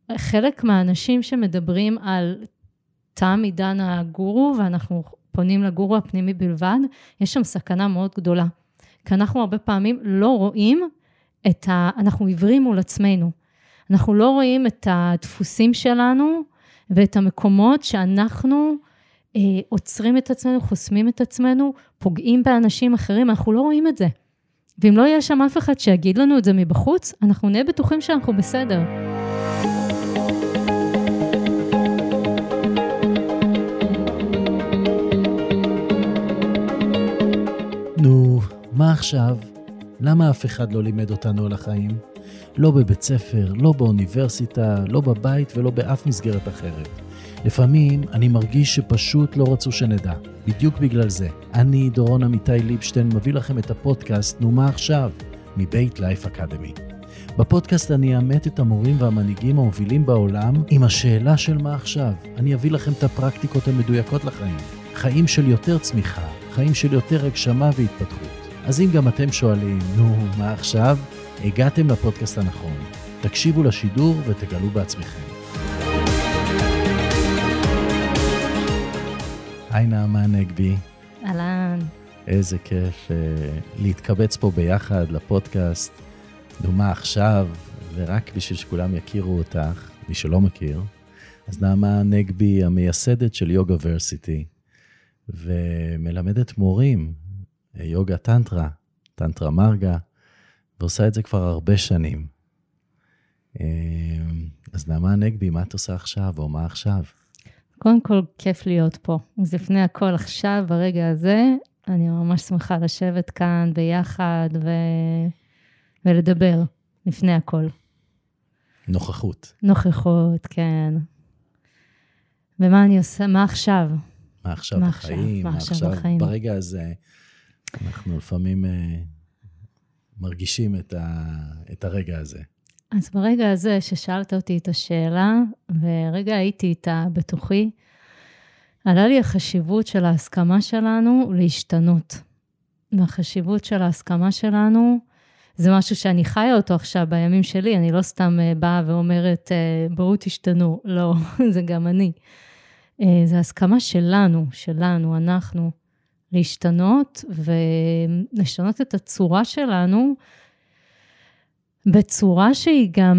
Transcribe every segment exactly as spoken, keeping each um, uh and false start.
חלק מהאנשים שמדברים על תם עידן הגורו, ואנחנו פונים לגורו הפנימי בלבד, יש שם סכנה מאוד גדולה. כי אנחנו הרבה פעמים לא רואים את ה... אנחנו עיוורים מול עצמנו. אנחנו לא רואים את הדפוסים שלנו, ואת המקומות שאנחנו אה, עוצרים את עצמנו, חוסמים את עצמנו, פוגעים באנשים אחרים, אנחנו לא רואים את זה. ואם לא יהיה שם אף אחד שיגיד לנו את זה מבחוץ, אנחנו נהיה בטוחים שאנחנו בסדר. נו, מה עכשיו? למה אף אחד לא לימד אותנו על החיים? לא בבית ספר, לא באוניברסיטה, לא בבית ולא באף מסגרת אחרת. לפעמים אני מרגיש שפשוט לא רצו שנדע. בדיוק בגלל זה. אני, דורון אמיתי ליבשטיין, מביא לכם את הפודקאסט נו מה עכשיו? מבית לייף אקדמי. בפודקאסט אני אאמת את המורים והמנהיגים המובילים בעולם עם השאלה של מה עכשיו. אני אביא לכם את הפרקטיקות המדויקות לחיים. חיים של יותר צמיחה, חיים של יותר הגשמה והתפתחות. אז אם גם אתם שואלים, נו, מה עכשיו? הגעתם לפודקאסט הנכון. תקשיבו לשידור ותגלו בעצמכם. היי נעמה נגבי. אהלן. איזה כיף uh, להתקבץ פה ביחד לפודקאסט. נו, מה עכשיו? ורק בשביל שכולם יכירו אותך, מי שלא מכיר. אז נעמה נגבי המייסדת של יוגה ורסיטי, ומלמדת מורים, יוגה טנטרה, טנטרה מרגה, ועושה את זה כבר הרבה שנים. אז נעמה נגבי, מה את עושה עכשיו, או מה עכשיו? קודם כל, כיף להיות פה. אז לפני הכל עכשיו, ברגע הזה, אני ממש שמחה לשבת כאן ביחד, ו... ולדבר לפני הכל. נוכחות. נוכחות, כן. ומה אני עושה, מה עכשיו? מה עכשיו מה בחיים? מה עכשיו, עכשיו בחיים? ברגע הזה, אנחנו לפעמים uh, מרגישים את, ה, את הרגע הזה. אז ברגע הזה ששאלת אותי את השאלה, ורגע הייתי איתה בתוכי, עלה לי החשיבות של ההסכמה שלנו להשתנות. והחשיבות של ההסכמה שלנו, זה משהו שאני חיה אותו עכשיו בימים שלי, אני לא סתם באה ואומרת, בואו תשתנו, לא, זה גם אני. זה הסכמה שלנו, שלנו, אנחנו, להשתנות, ולשנות את הצורה שלנו, בצורה שהיא גם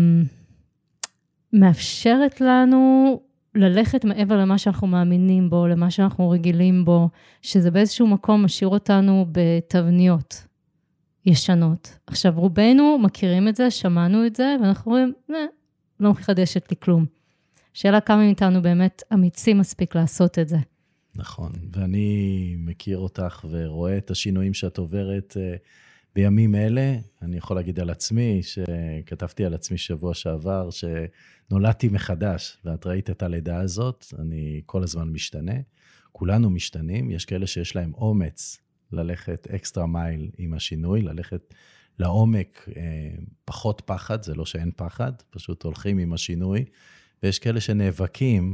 מאפשרת לנו ללכת מעבר למה שאנחנו מאמינים בו, למה שאנחנו רגילים בו, שזה באיזשהו מקום משאיר אותנו בתבניות ישנות. עכשיו, רובנו מכירים את זה, שמענו את זה, ואנחנו רואים, לא, לא מחדשת לי כלום. שאלה כמה מאיתנו באמת אמיצים מספיק לעשות את זה. נכון, ואני מכיר אותך ורואה את השינויים שאת עוברת בימים אלה. אני יכול להגיד על עצמי, שכתבתי על עצמי שבוע שעבר, שנולדתי מחדש, ואת ראית את הלידה הזאת, אני כל הזמן משתנה, כולנו משתנים, יש כאלה שיש להם אומץ ללכת אקסטרה מייל עם השינוי, ללכת לעומק, פחות פחד, זה לא שאין פחד, פשוט הולכים עם השינוי, ויש כאלה שנאבקים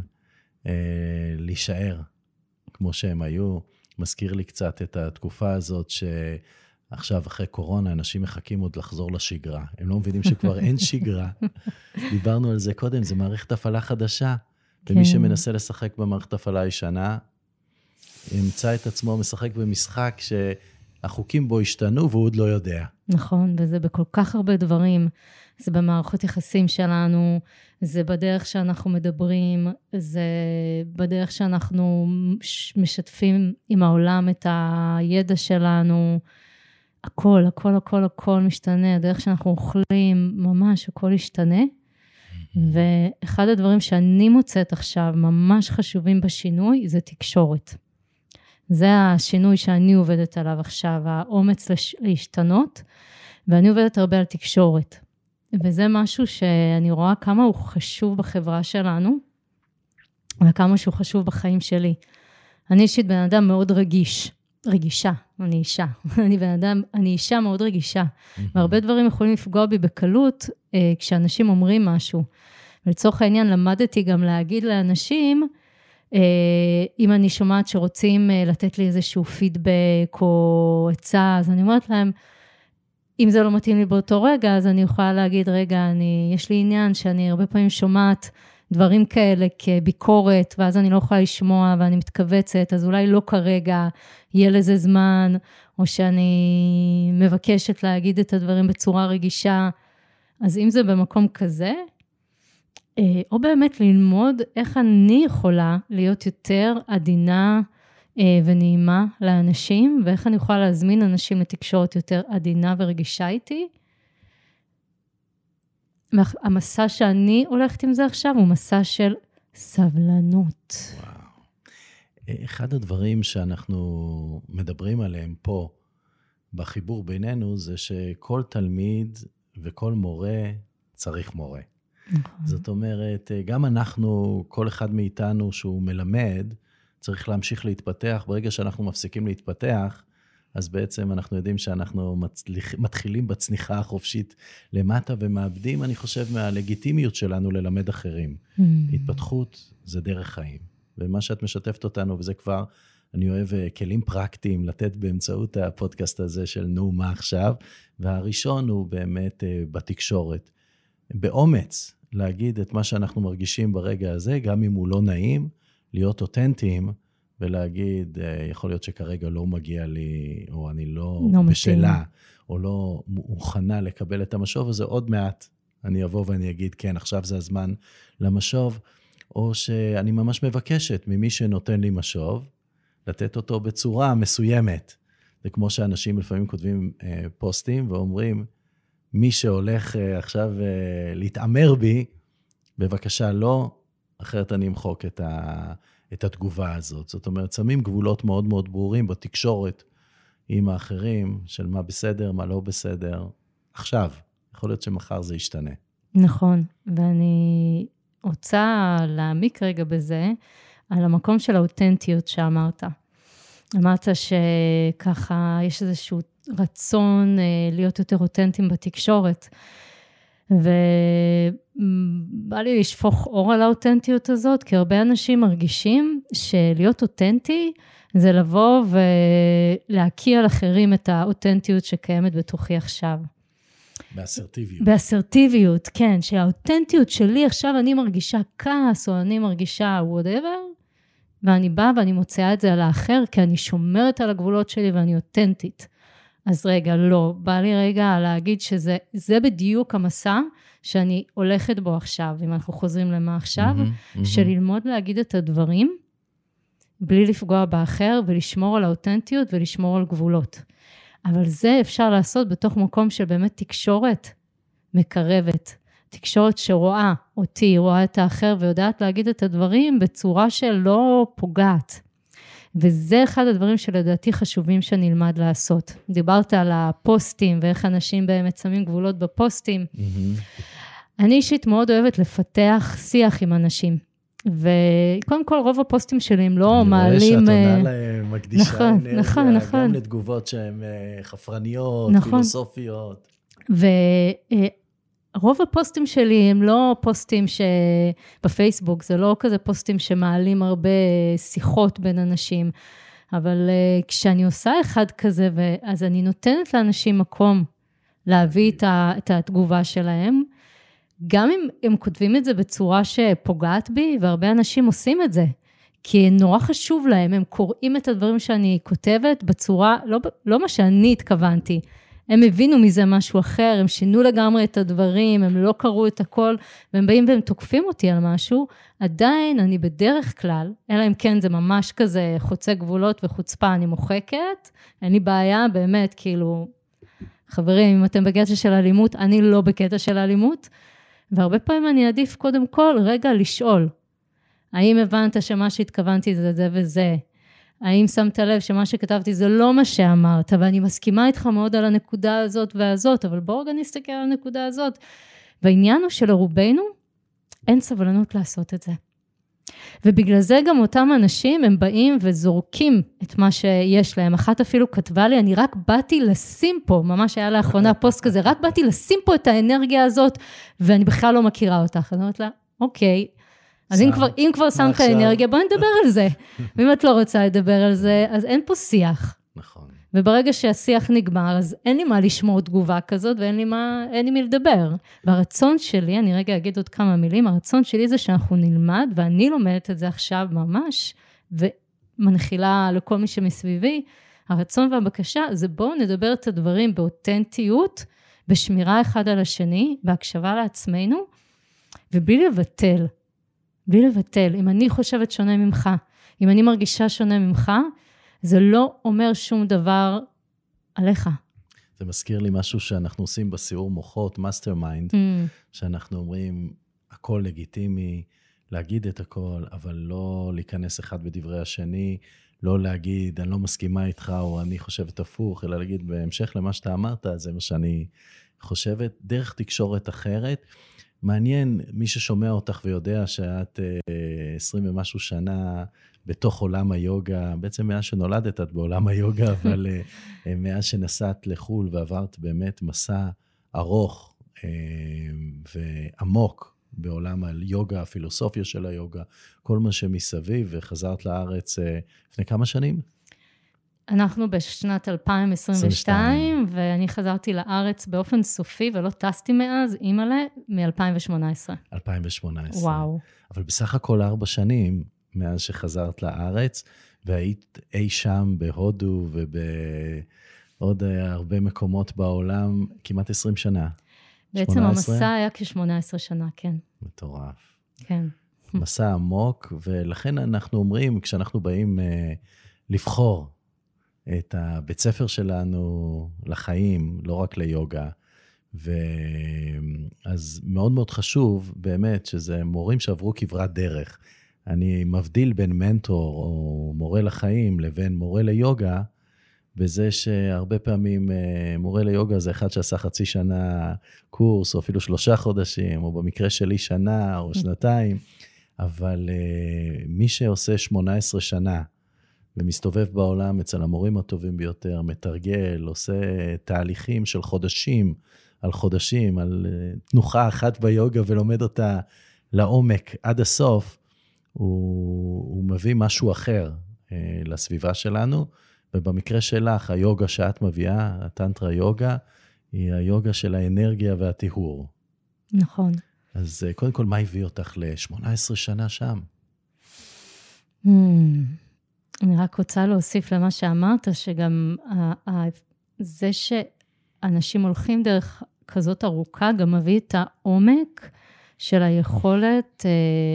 להישאר כמו שהם היו. מזכיר לי קצת את התקופה הזאת שעכשיו אחרי קורונה אנשים מחכים עוד לחזור לשגרה. הם לא מבינים שכבר אין שגרה. דיברנו על זה קודם, זה מערכת הפעלה חדשה. כן. ומי שמנסה לשחק במערכת הפעלה ישנה, ימצא את עצמו משחק במשחק שהחוקים בו השתנו והוא עוד לא יודע. נכון, וזה בכל כך הרבה דברים. זה במערכות יחסים שלנו, זה בדרך שאנחנו מדברים, זה בדרך שאנחנו משתפים עם העולם את הידע שלנו, הכל, הכל, הכל, הכל משתנה, הדרך שאנחנו אוכלים, ממש הכל ישתנה, ואחד הדברים שאני מוצאת עכשיו ממש חשובים בשינוי, זה תקשורת. זה השינוי שאני עובדת עליו עכשיו, האומץ להשתנות, ואני עובדת הרבה על תקשורת. וזה משהו שאני רואה כמה הוא חשוב בחברה שלנו, וכמה שהוא חשוב בחיים שלי. אני אישית בן אדם מאוד רגיש, רגישה, אני אישה. אני בן אדם, אני אישה מאוד רגישה. והרבה דברים יכולים לפגוע בי בקלות, אה, כשאנשים אומרים משהו. ולצורך העניין למדתי גם להגיד לאנשים, אה, אם אני שומעת שרוצים אה, לתת לי איזשהו פידבק או עצה, אז אני אומרת להם, אם זה לא מתאים לי באותו רגע, אז אני יכולה להגיד, רגע, אני, יש לי עניין שאני הרבה פעמים שומעת דברים כאלה כביקורת, ואז אני לא יכולה לשמוע ואני מתכווצת, אז אולי לא כרגע יהיה לזה זמן, או שאני מבקשת להגיד את הדברים בצורה רגישה. אז אם זה במקום כזה, או באמת ללמוד איך אני יכולה להיות יותר עדינה ונעימה לאנשים, ואיך אני יכולה להזמין אנשים לתקשורת יותר עדינה ורגישה איתי. המסע שאני הולכת עם זה עכשיו הוא מסע של סבלנות. וואו. אחד הדברים שאנחנו מדברים עליהם פה, בחיבור בינינו, זה שכל תלמיד וכל מורה צריך מורה. נכון. זאת אומרת, גם אנחנו, כל אחד מאיתנו שהוא מלמד, צריך להמשיך להתפתח. ברגע שאנחנו מפסיקים להתפתח, אז בעצם אנחנו יודעים שאנחנו מצליח, מתחילים בצניחה החופשית למטה, ומאבדים, אני חושב, מהלגיטימיות שלנו ללמד אחרים. Mm. התפתחות זה דרך חיים. ומה שאת משתפת אותנו, וזה כבר, אני אוהב כלים פרקטיים לתת באמצעות הפודקאסט הזה של נו מה עכשיו, והראשון הוא באמת בתקשורת. באומץ להגיד את מה שאנחנו מרגישים ברגע הזה, גם אם הוא לא נעים, להיות אותנטיים, ולהגיד, יכול להיות שכרגע לא מגיע לי, או אני לא, לא בשלה, מתאים. או לא מוכנה לקבל את המשוב הזה, עוד מעט אני אבוא ואני אגיד, כן, עכשיו זה הזמן למשוב, או שאני ממש מבקשת ממי שנותן לי משוב, לתת אותו בצורה מסוימת. זה כמו שאנשים לפעמים כותבים פוסטים, ואומרים, מי שהולך עכשיו להתאמר בי, בבקשה לא, אחרת אני אמחוק את ה... את התגובה הזאת. זאת אומרת, שמים גבולות מאוד מאוד ברורים בתקשורת עם האחרים, של מה בסדר, מה לא בסדר. עכשיו, יכול להיות שמחר זה ישתנה. נכון, ואני רוצה להעמיק רגע בזה, על המקום של האותנטיות שאמרת. אמרת שככה יש איזשהו רצון להיות יותר אותנטיים בתקשורת, ובא לי לשפוך אור על האותנטיות הזאת, כי הרבה אנשים מרגישים שלהיות אותנטי זה לבוא ולהקיע על אחרים את האותנטיות שקיימת בתוכי עכשיו. באסרטיביות. באסרטיביות, כן, שהאותנטיות שלי עכשיו אני מרגישה כעס, או אני מרגישה whatever, ואני באה ואני מוציאה את זה על האחר, כי אני שומרת על הגבולות שלי ואני אותנטית. אז רגע, לא, בא לי רגע להגיד שזה זה בדיוק המסע שאני הולכת בו עכשיו, אם אנחנו חוזרים למה עכשיו, mm-hmm, mm-hmm. של ללמוד להגיד את הדברים, בלי לפגוע באחר, ולשמור על האותנטיות ולשמור על גבולות. אבל זה אפשר לעשות בתוך מקום של באמת תקשורת מקרבת, תקשורת שרואה אותי, רואה את האחר, ויודעת להגיד את הדברים בצורה שלא פוגעת. וזה אחד הדברים שלדעתי חשובים שנלמד לעשות. דיברת על הפוסטים, ואיך אנשים באמת שמים גבולות בפוסטים. Mm-hmm. אני אישית מאוד אוהבת לפתח שיח עם אנשים. וקודם כל, רוב הפוסטים שלי הם לא מעלים... אני רואה שאת עונה להם, מקדישה נכון, אנרגיה, נכון, נכון. גם לתגובות שהן חפרניות, נכון. פילוסופיות. ו... רוב הפוסטים שלי הם לא פוסטים שבפייסבוק, זה לא כזה פוסטים שמעלים הרבה שיחות בין אנשים, אבל uh, כשאני עושה אחד כזה, אז אני נותנת לאנשים מקום להביא את, ה, את התגובה שלהם, גם אם הם כותבים את זה בצורה שפוגעת בי, והרבה אנשים עושים את זה, כי נורא חשוב להם, הם קוראים את הדברים שאני כותבת בצורה, לא, לא מה שאני התכוונתי, הם הבינו מזה משהו אחר, הם שינו לגמרי את הדברים, הם לא קראו את הכל, והם באים והם תוקפים אותי על משהו, עדיין אני בדרך כלל, אלא אם כן זה ממש כזה חוצה גבולות וחוצפה, אני מוחקת, אין לי בעיה, באמת, כאילו, חברים, אם אתם בקטע של אלימות, אני לא בקטע של אלימות, והרבה פעמים אני עדיף קודם כל רגע לשאול, האם הבנת שמה שהתכוונתי זה זה וזה, האם שמת לב שמה שכתבתי זה לא מה שאמרת, ואני מסכימה איתך מאוד על הנקודה הזאת והזאת, אבל בואו רגע נסתכל על הנקודה הזאת. והעניין הוא שלרובנו אין סבלנות לעשות את זה. ובגלל זה גם אותם אנשים הם באים וזורקים את מה שיש להם. אחת אפילו כתבה לי, אני רק באתי לשים פה, ממש היה לאחרונה פוסט כזה, רק באתי לשים פה את האנרגיה הזאת, ואני בכלל לא מכירה אותך. אני אומרת לה, אוקיי, אז אם כבר, אם כבר שמת אנרגיה, בואי נדבר על זה. ואם את לא רוצה לדבר על זה, אז אין פה שיח. נכון. וברגע שהשיח נגמר, אז אין לי מה לשמור תגובה כזאת, ואין לי מה, אין לי מי לדבר. והרצון שלי, אני רגע אגיד עוד כמה מילים, הרצון שלי זה שאנחנו נלמד, ואני לומדת את זה עכשיו ממש, ומנחילה לכל מי שמסביבי, הרצון והבקשה, זה בואו נדבר את הדברים באותנטיות, בשמירה אחד על השני, בהקשבה לעצמנו, ובלי לבטל, בלי לבטל. אם אני חושבת שונה ממך, אם אני מרגישה שונה ממך, זה לא אומר שום דבר עליך. זה מזכיר לי משהו שאנחנו עושים בסיור מוחות, מאסטר מיינד, mm. שאנחנו אומרים, הכל לגיטימי, להגיד את הכל, אבל לא להיכנס אחד בדברי השני, לא להגיד, אני לא מסכימה איתך, או אני חושבת הפוך, אלא להגיד, בהמשך למה שאתה אמרת, זה מה שאני חושבת, דרך תקשורת אחרת. מעניין, מי ששומע אותך ויודע שאת עשרים ומשהו שנה בתוך עולם היוגה, בעצם מאז שנולדת את בעולם היוגה, אבל מאז שנסעת לחול ועברת באמת מסע ארוך ועמוק בעולם היוגה, הפילוסופיה של היוגה, כל מה שמסביב, וחזרת לארץ לפני כמה שנים? אנחנו בשנת אלפיים עשרים ושתיים, ואני חזרתי לארץ באופן סופי, ולא טסתי מאז, אימאלה, מ-אלפיים ושמונה עשרה. אלפיים ושמונה עשרה. וואו. אבל בסך הכל ארבע שנים, מאז שחזרת לארץ, והיית אי שם בהודו, ובעוד הרבה מקומות בעולם, כמעט עשרים שנה. בעצם המסע היה כ-שמונה עשרה שנה, כן. מטורף. כן. מסע עמוק, ולכן אנחנו אומרים, כשאנחנו באים לבחור, את הבית ספר שלנו לחיים, לא רק ליוגה, ואז מאוד מאוד חשוב באמת שזה מורים שעברו כברת דרך. אני מבדיל בין מנטור או מורה לחיים לבין מורה ליוגה, בזה שהרבה פעמים מורה ליוגה זה אחד שעשה חצי שנה קורס, או אפילו שלושה חודשים, או במקרה שלי שנה או שנתיים, אבל מי שעושה שמונה עשרה שנה, ומסתובב בעולם אצל המורים הטובים ביותר, מתרגל, עושה תהליכים של חודשים על חודשים, על תנוחה אחת ביוגה ולומד אותה לעומק עד הסוף, הוא, הוא מביא משהו אחר אה, לסביבה שלנו, ובמקרה שלך, היוגה שאת מביאה, הטנטרה יוגה, היא היוגה של האנרגיה והטיהור. נכון. אז אה, קודם כל, מה הביא אותך ל-שמונה עשרה שנה שם? Hmm. אני רק רוצה להוסיף למה שאמרת, שגם זה שאנשים הולכים דרך כזאת ארוכה, גם מביא את העומק של היכולת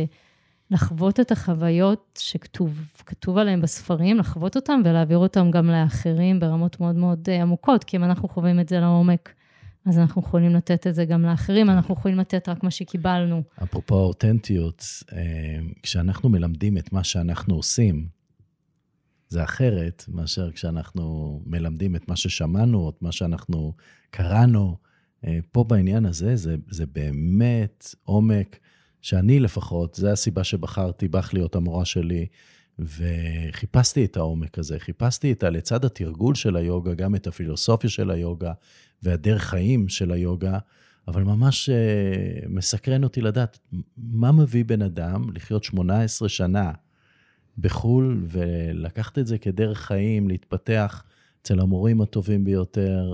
לחוות את החוויות שכתוב כתוב עליהם בספרים, לחוות אותם ולהעביר אותם גם לאחרים ברמות מאוד מאוד עמוקות, כי אם אנחנו חווים את זה לעומק, אז אנחנו יכולים לתת את זה גם לאחרים, אנחנו יכולים לתת רק מה שקיבלנו. אפרופו האותנטיות, כשאנחנו מלמדים את מה שאנחנו עושים, זה אחרת מאשר כשאנחנו מלמדים את מה ששמענו, את מה שאנחנו קראנו. פה בעניין הזה, זה, זה באמת עומק, שאני לפחות, זה הסיבה שבחרתי בך להיות המורה שלי, וחיפשתי את העומק הזה, חיפשתי את לצד התרגול של היוגה, גם את הפילוסופיה של היוגה, והדרך חיים של היוגה, אבל ממש מסקרן אותי לדעת, מה מביא בן אדם לחיות שמונה עשרה שנה, בחול, ולקחת את זה כדרך חיים, להתפתח אצל המורים הטובים ביותר,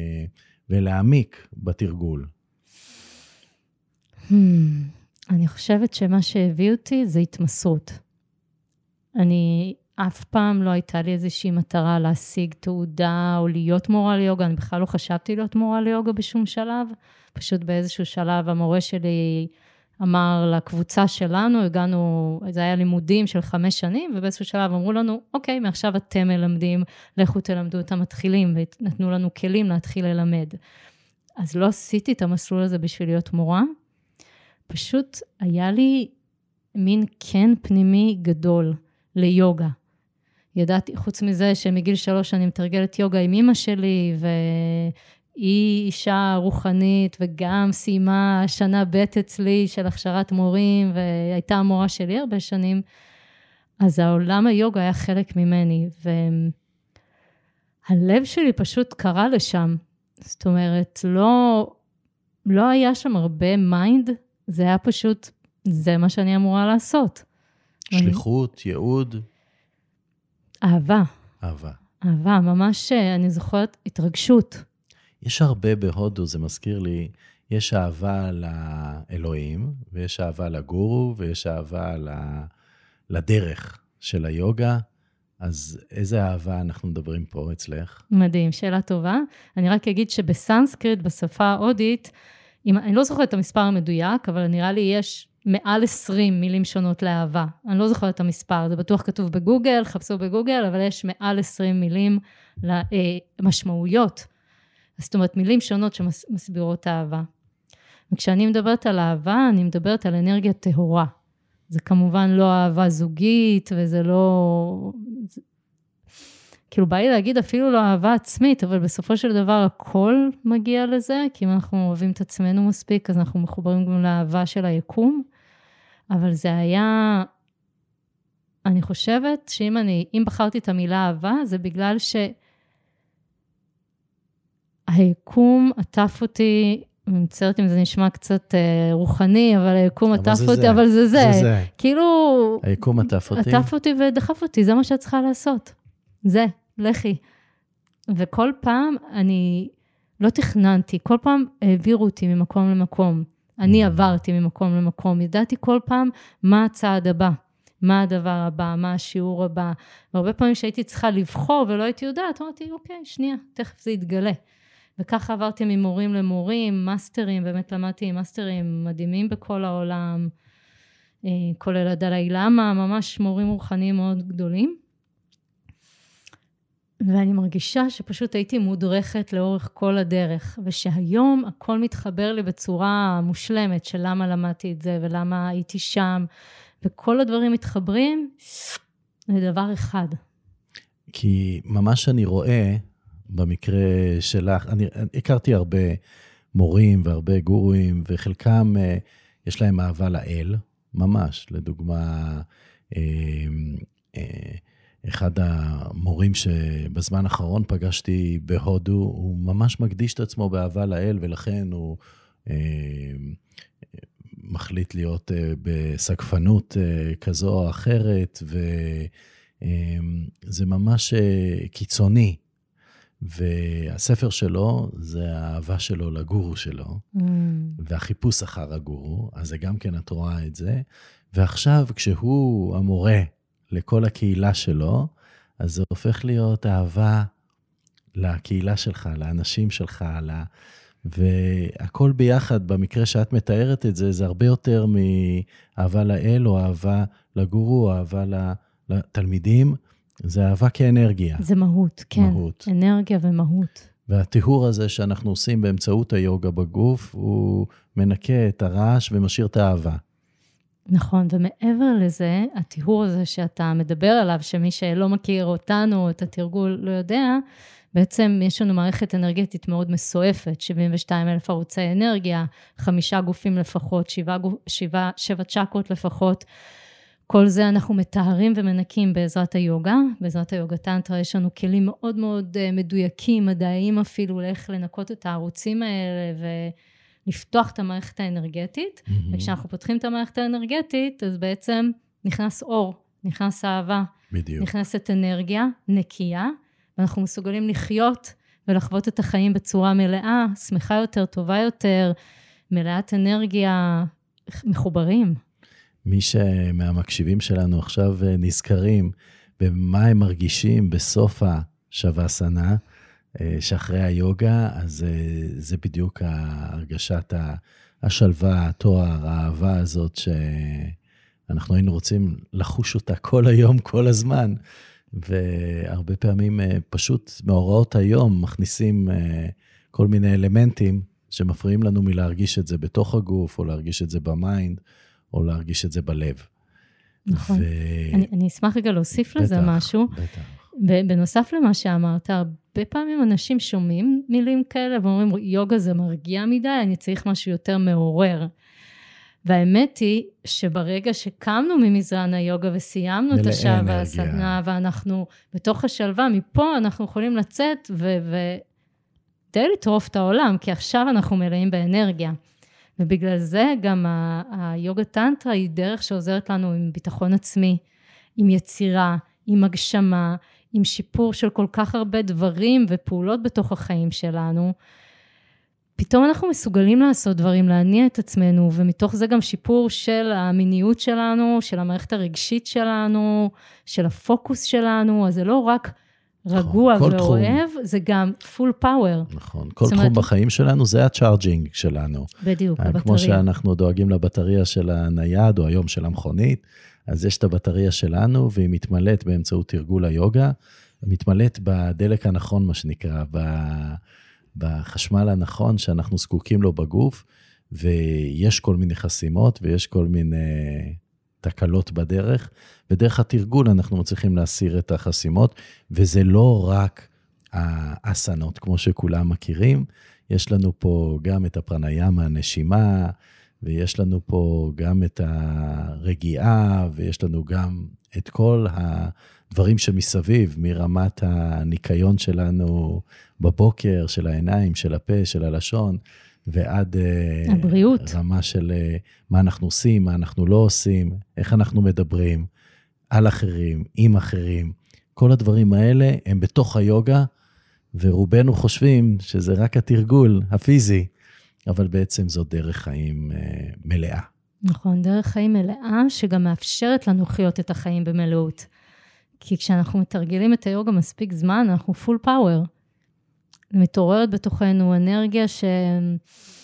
ולהעמיק בתרגול. Hmm, אני חושבת שמה שהביא אותי זה התמסרות. אני אף פעם לא הייתה לי איזושהי מטרה להשיג תעודה או להיות מורה ליוגה, אני בכלל לא חשבתי להיות מורה ליוגה בשום שלב, פשוט באיזשהו שלב המורה שלי אמר לקבוצה שלנו, הגענו, זה היה לימודים של חמש שנים, ובאיזשהו שלב אמרו לנו, אוקיי, מעכשיו אתם מלמדים, לכו תלמדו את המתחילים, ונתנו לנו כלים להתחיל ללמד. אז לא עשיתי את המסלול הזה בשביל להיות מורה, פשוט היה לי מין כן פנימי גדול ליוגה. ידעתי, חוץ מזה שמגיל שלוש אני מתרגלת יוגה עם אמא שלי, ו... היא אישה רוחנית, וגם סיימה שנה ב' אצלי של הכשרת מורים, והייתה המורה שלי הרבה שנים, אז העולם היוגה היה חלק ממני, והלב שלי פשוט קרא לשם, זאת אומרת, לא, לא היה שם הרבה מיינד, זה היה פשוט, זה מה שאני אמורה לעשות. שליחות, ייעוד? אהבה. אהבה. אהבה, ממש, אני זוכרת התרגשות. יש הרבה בהודו, זה מזכיר לי, יש אהבה לאלוהים, ויש אהבה לגורו, ויש אהבה לדרך של היוגה. אז איזה אהבה אנחנו מדברים פה אצלך? מדהים, שאלה טובה. אני רק אגיד שבסנסקריט, בשפה ההודית, אני לא זוכרת את המספר המדויק, אבל נראה לי יש מעל עשרים מילים שונות לאהבה. אני לא זוכרת את המספר, זה בטוח כתוב בגוגל, חפשו בגוגל, אבל יש מעל עשרים מילים למשמעויות. זאת אומרת, מילים שונות שמסבירות אהבה. וכשאני מדברת על אהבה, אני מדברת על אנרגיה טהורה. זה כמובן לא אהבה זוגית, וזה לא... זה... כאילו, בא לי להגיד אפילו לא אהבה עצמית, אבל בסופו של דבר הכל מגיע לזה, כי אם אנחנו אוהבים את עצמנו מספיק, אז אנחנו מחוברים גם לאהבה של היקום. אבל זה היה... אני חושבת שאם אני, אם בחרתי את המילה אהבה, זה בגלל ש... היקום עטף אותי, אני מצטערת אם זה נשמע קצת אה, רוחני, אבל היקום עטף אותי, זה. אבל זה זה. זה זה. כאילו... היקום עטף אותי. עטף אותי ודחף אותי, זה מה שאת צריכה לעשות. זה, לכי. וכל פעם אני לא תכננתי, כל פעם העבירו אותי ממקום למקום. אני עברתי ממקום למקום, ידעתי כל פעם מה הצעד הבא, מה הדבר הבא, מה השיעור הבא. והרבה פעמים שהייתי צריכה לבחור ולא הייתי יודעת, אמרתי, אוקיי, שנייה, תכף זה יתגלה. וככה עברתי ממורים למורים, מאסטרים, באמת למדתי עם מאסטרים מדהימים בכל העולם, כולל הדלאי למה, ממש מורים רוחניים מאוד גדולים. ואני מרגישה שפשוט הייתי מודרכת לאורך כל הדרך, ושהיום הכל מתחבר לי בצורה מושלמת, של למה למדתי את זה, ולמה הייתי שם, וכל הדברים מתחברים לדבר אחד. כי ממש אני רואה, במקרה שלך, אני הכרתי הרבה מורים והרבה גורואים, וחלקם יש להם אהבה לאל, ממש, לדוגמה, אחד המורים שבזמן האחרון פגשתי בהודו, הוא ממש מקדיש את עצמו באהבה לאל, ולכן הוא מחליט להיות בסגפנות כזו או אחרת, וזה ממש קיצוני. והספר שלו זה האהבה שלו לגורו שלו, mm. והחיפוש אחר הגורו, אז זה גם כן את רואה את זה, ועכשיו כשהוא המורה לכל הקהילה שלו, אז זה הופך להיות אהבה לקהילה שלך, לאנשים שלך, לה... והכל ביחד, במקרה שאת מתארת את זה, זה הרבה יותר מאהבה לאל, או אהבה לגורו, או אהבה לתלמידים, זה אהבה כאנרגיה. זה מהות, כן. מהות. אנרגיה ומהות. והטיהור הזה שאנחנו עושים באמצעות היוגה בגוף, הוא מנקה את הרעש ומשאיר את האהבה. נכון, ומעבר לזה, הטיהור הזה שאתה מדבר עליו, שמי שלא מכיר אותנו, את התרגול לא יודע, בעצם יש לנו מערכת אנרגטית מאוד מסועפת, שבעים ושתיים אלף ערוצי אנרגיה, חמישה גופים לפחות, שבעה, שבעה, שבע צ'קרות לפחות, כל זה אנחנו מתארים ומנקים בעזרת היוגה, בעזרת היוגה טנטרה יש לנו כלים מאוד מאוד מדויקים, מדעיים אפילו, לאיך לנקות את הערוצים האלה ולפתוח את המערכת האנרגטית, mm-hmm. וכשאנחנו פותחים את המערכת האנרגטית, אז בעצם נכנס אור, נכנס אהבה, בדיוק. נכנסת אנרגיה, נקייה, ואנחנו מסוגלים לחיות ולחוות את החיים בצורה מלאה, שמחה יותר, טובה יותר, מלאת אנרגיה, מחוברים. מי שמהמקשיבים שלנו עכשיו נזכרים במה הם מרגישים בסוף השוואסנה, שאחרי היוגה, אז זה בדיוק הרגשת השלווה, התואר, האהבה הזאת, שאנחנו היינו רוצים לחוש אותה כל היום, כל הזמן, והרבה פעמים פשוט מאורעות היום מכניסים כל מיני אלמנטים שמפריעים לנו מלהרגיש את זה בתוך הגוף, או להרגיש את זה במיינד, או להרגיש את זה בלב. נכון. ו... אני, אני אשמח רגע להוסיף בטח, לזה משהו. בטח. בנוסף למה שאמרת, הרבה פעמים אנשים שומעים מילים כאלה, ואומרים, יוגה זה מרגיע מדי, אני צריך משהו יותר מעורר. והאמת היא, שברגע שקמנו ממזרן היוגה, וסיימנו את השעה והסדנה, ואנחנו בתוך השלווה, מפה אנחנו יכולים לצאת, ו... ו... די לטרוף את העולם, כי עכשיו אנחנו מלאים באנרגיה. ובגלל זה גם היוגה טנטרה היא דרך שעוזרת לנו עם ביטחון עצמי, עם יצירה, עם הגשמה, עם שיפור של כל כך הרבה דברים ופעולות בתוך החיים שלנו, פתאום אנחנו מסוגלים לעשות דברים, להניע את עצמנו, ומתוך זה גם שיפור של המיניות שלנו, של המערכת הרגשית שלנו, של הפוקוס שלנו, אז זה לא רק רגוע ואוהב, זה גם פול פאוור. נכון, כל תחום בחיים שלנו זה הצ'ארג'ינג שלנו. בדיוק, הבטריה. כמו שאנחנו דואגים לבטריה של הנייד, או היום של המכונית, אז יש את הבטריה שלנו, והיא מתמלאת באמצעות תרגול היוגה, מתמלאת בדלק הנכון, מה שנקרא, בחשמל הנכון שאנחנו זקוקים לו בגוף, ויש כל מיני חסימות, ויש כל מיני תקלות בדרך, ודרך התרגול אנחנו מצליחים להסיר את החסימות, וזה לא רק האסנות, כמו שכולם מכירים, יש לנו פה גם את הפרניאמה, הנשימה, ויש לנו פה גם את הרגיעה, ויש לנו גם את כל הדברים שמסביב, מרמת הניקיון שלנו בבוקר, של העיניים, של הפה, של הלשון, ועד הבריאות. רמה של מה אנחנו עושים, מה אנחנו לא עושים, איך אנחנו מדברים, על אחרים, עם אחרים. כל הדברים האלה הם בתוך היוגה, ורובנו חושבים שזה רק התרגול הפיזי, אבל בעצם זו דרך חיים מלאה. נכון, דרך חיים מלאה, שגם מאפשרת לנו לחיות את החיים במלאות. כי כשאנחנו מתרגלים את היוגה מספיק זמן, אנחנו פול פאוור. מתעוררת בתוכנו אנרגיה שאנחנו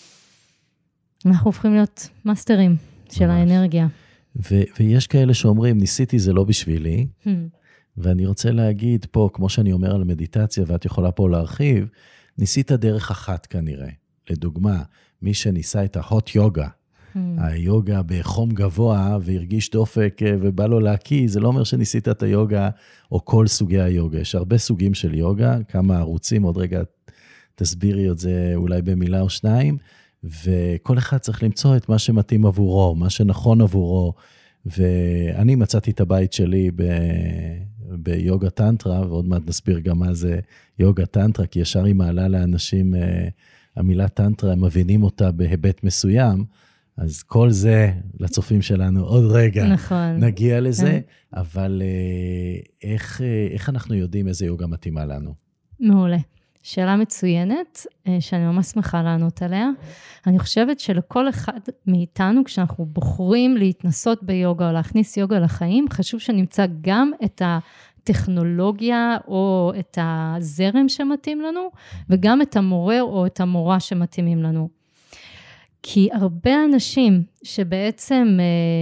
הופכים להיות מאסטרים של ממש. האנרגיה. ו- ויש כאלה שאומרים, ניסיתי זה לא בשבילי, hmm. ואני רוצה להגיד פה, כמו שאני אומר על מדיטציה, ואת יכולה פה להרחיב, ניסית דרך אחת כנראה. לדוגמה, מי שניסה את ההוט יוגה, hmm. היוגה בחום גבוה, והרגיש דופק ובא לו להקיא, זה לא אומר שניסית את היוגה, או כל סוגי היוגה. יש הרבה סוגים של יוגה, כמה ערוצים, עוד רגע תסבירי את זה אולי במילה או שניים, וכל אחד צריך למצוא את מה שמתאים עבורו, מה שנכון עבורו, ואני מצאתי את הבית שלי ב... ביוגה טנטרה, ועוד מעט נסביר גם מה זה יוגה טנטרה, כי ישר היא מעלה לאנשים, המילה טנטרה, הם מבינים אותה בהיבט מסוים, אז כל זה לצופים שלנו, עוד רגע נכון. נגיע לזה, אבל איך, איך אנחנו יודעים איזה יוגה מתאימה לנו? מעולה. שאלה מצוינת, שאני ממש שמחה לענות עליה. אני חושבת שלכל אחד מאיתנו, כשאנחנו בוחרים להתנסות ביוגה או להכניס יוגה לחיים, חשוב שנמצא גם את הטכנולוגיה או את הזרם שמתאים לנו, וגם את המורה או את המורה שמתאימים לנו. כי הרבה אנשים שבעצם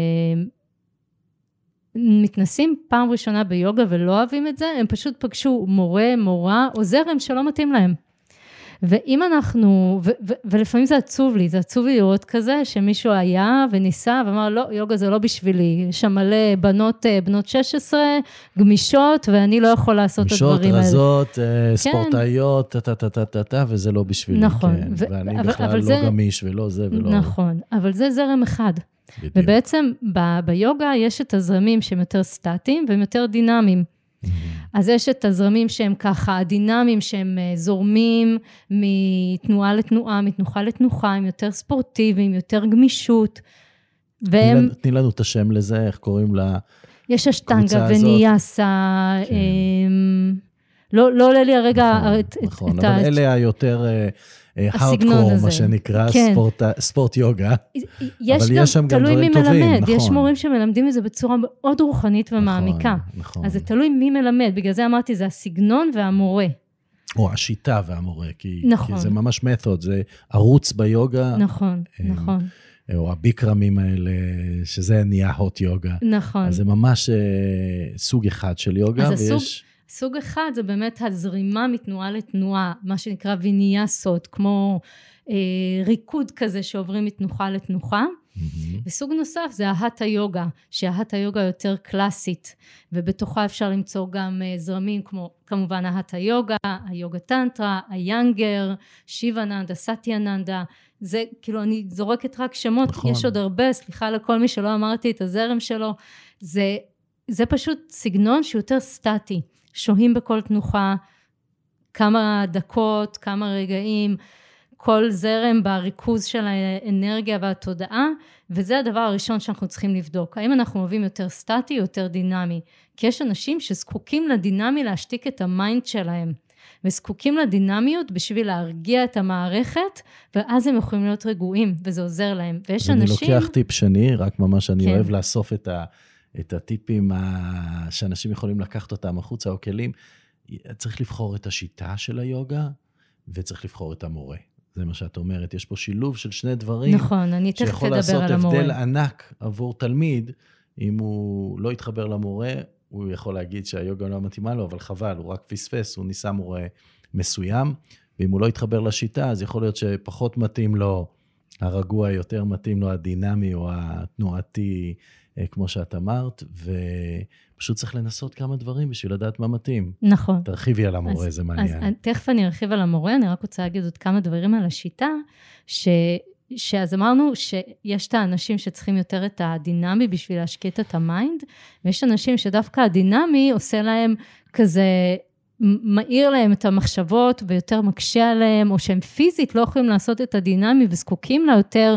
מתנסים פעם ראשונה ביוגה ולא אוהבים את זה, הם פשוט פגשו מורה, מורה או זרם שלא מתאים להם. ואם אנחנו, ו- ו- ולפעמים זה עצוב לי, זה עצוב לי לראות כזה, שמישהו היה וניסה ואמר, לא, יוגה זה לא בשבילי, יש שם מלא בנות, בנות שש עשרה, גמישות, ואני לא יכול לעשות את הדברים האלה. גמישות, רזות, ספורטאיות, טה-טה-טה-טה-טה, וזה לא בשבילי. נכון. כן. ו- ואני אבל, בכלל אבל לא זה, גמיש ולא זה ולא... נכון, אבל זה זרם אחד. בדיוק. ובעצם ב- ביוגה יש את הזרמים שהם יותר סטטיים והם יותר דינמיים. אז יש את הזרמים שהם ככה, הדינמיים שהם זורמים מתנועה לתנועה, מתנוחה לתנוחה, הם יותר ספורטיביים, יותר גמישות. והם... תני לנו את השם לזה, איך קוראים לקבוצה הזאת? יש אשטנגה וניאסה, כן. לא, לא עולה לי הרגע... נכון, את, נכון את אבל ה... אלה היותר... הארדקור, מה שנקרא, כן. ספורט, ספורט יוגה, יש אבל גם, יש שם גם דברים טובים, מלמד. נכון. יש מורים שמלמדים את זה בצורה מאוד רוחנית ומעמיקה. נכון, נכון. אז זה תלוי מי מלמד, בגלל זה אמרתי, זה הסגנון והמורה. או השיטה והמורה, כי, נכון. כי זה ממש מתוד, זה ערוץ ביוגה. נכון, הם, נכון. או הביקרמים האלה, שזה נהיה הוט יוגה. נכון. אז זה ממש סוג אחד של יוגה, ויש... הסוג... סוג אחד זה באמת הזרימה מתנועה לתנועה, מה שנקרא ויניאסות, כמו אה, ריקוד כזה שעוברים מתנוחה לתנוחה. Mm-hmm. וסוג נוסף זה ההטה יוגה, שההטה יוגה יותר קלאסית, ובתוכה אפשר למצוא גם אה, זרמים כמו כמובן ההטה יוגה, היוגה טנטרה, היאנגר, שיבאננדה, סטיאננדה, זה כאילו אני זורקת רק שמות, נכון. יש עוד הרבה, סליחה לכל מי שלא אמרתי את הזרם שלו, זה, זה פשוט סגנון שיותר סטטי. שוהים בכל תנוחה, כמה דקות, כמה רגעים, כל זרם בריכוז של האנרגיה והתודעה, וזה הדבר הראשון שאנחנו צריכים לבדוק. האם אנחנו אוהבים יותר סטטי, יותר דינמי? כי יש אנשים שזקוקים לדינמי להשתיק את המיינד שלהם, וזקוקים לדינמיות בשביל להרגיע את המערכת, ואז הם יכולים להיות רגועים, וזה עוזר להם. ויש אני אנשים... אני לוקח טיפ שני, רק ממש אני כן. אוהב לאסוף את, ה, את הטיפים ה, שאנשים יכולים לקחת אותם החוצה, או כלים. צריך לבחור את השיטה של היוגה, וצריך לבחור את המורה. זה מה שאת אומרת, יש פה שילוב של שני דברים, נכון, אני תכף אדבר על המורה. שיכול לעשות הבדל ענק עבור תלמיד, אם הוא לא יתחבר למורה, הוא יכול להגיד שהיוגה לא מתאימה לו, אבל חבל, הוא רק פספס, הוא ניסה מורה מסוים, ואם הוא לא יתחבר לשיטה, אז יכול להיות שפחות מתאים לו הרגוע, יותר מתאים לו הדינמי או התנועתי, כמו שאת אמרת, ופשוט צריך לנסות כמה דברים בשביל לדעת מה מתאים. נכון. תרחיבי על המורה, אז, זה מעניין. אז תכף אני ארחיב על המורה, אני רק רוצה להגיד עוד כמה דברים על השיטה, ש... שאז אמרנו שיש את האנשים שצריכים יותר את הדינמי בשביל להשקיט את המיינד, ויש אנשים שדווקא הדינמי עושה להם כזה, מאיר להם את המחשבות ויותר מקשה עליהם, או שהם פיזית לא יכולים לעשות את הדינמי וזקוקים לה יותר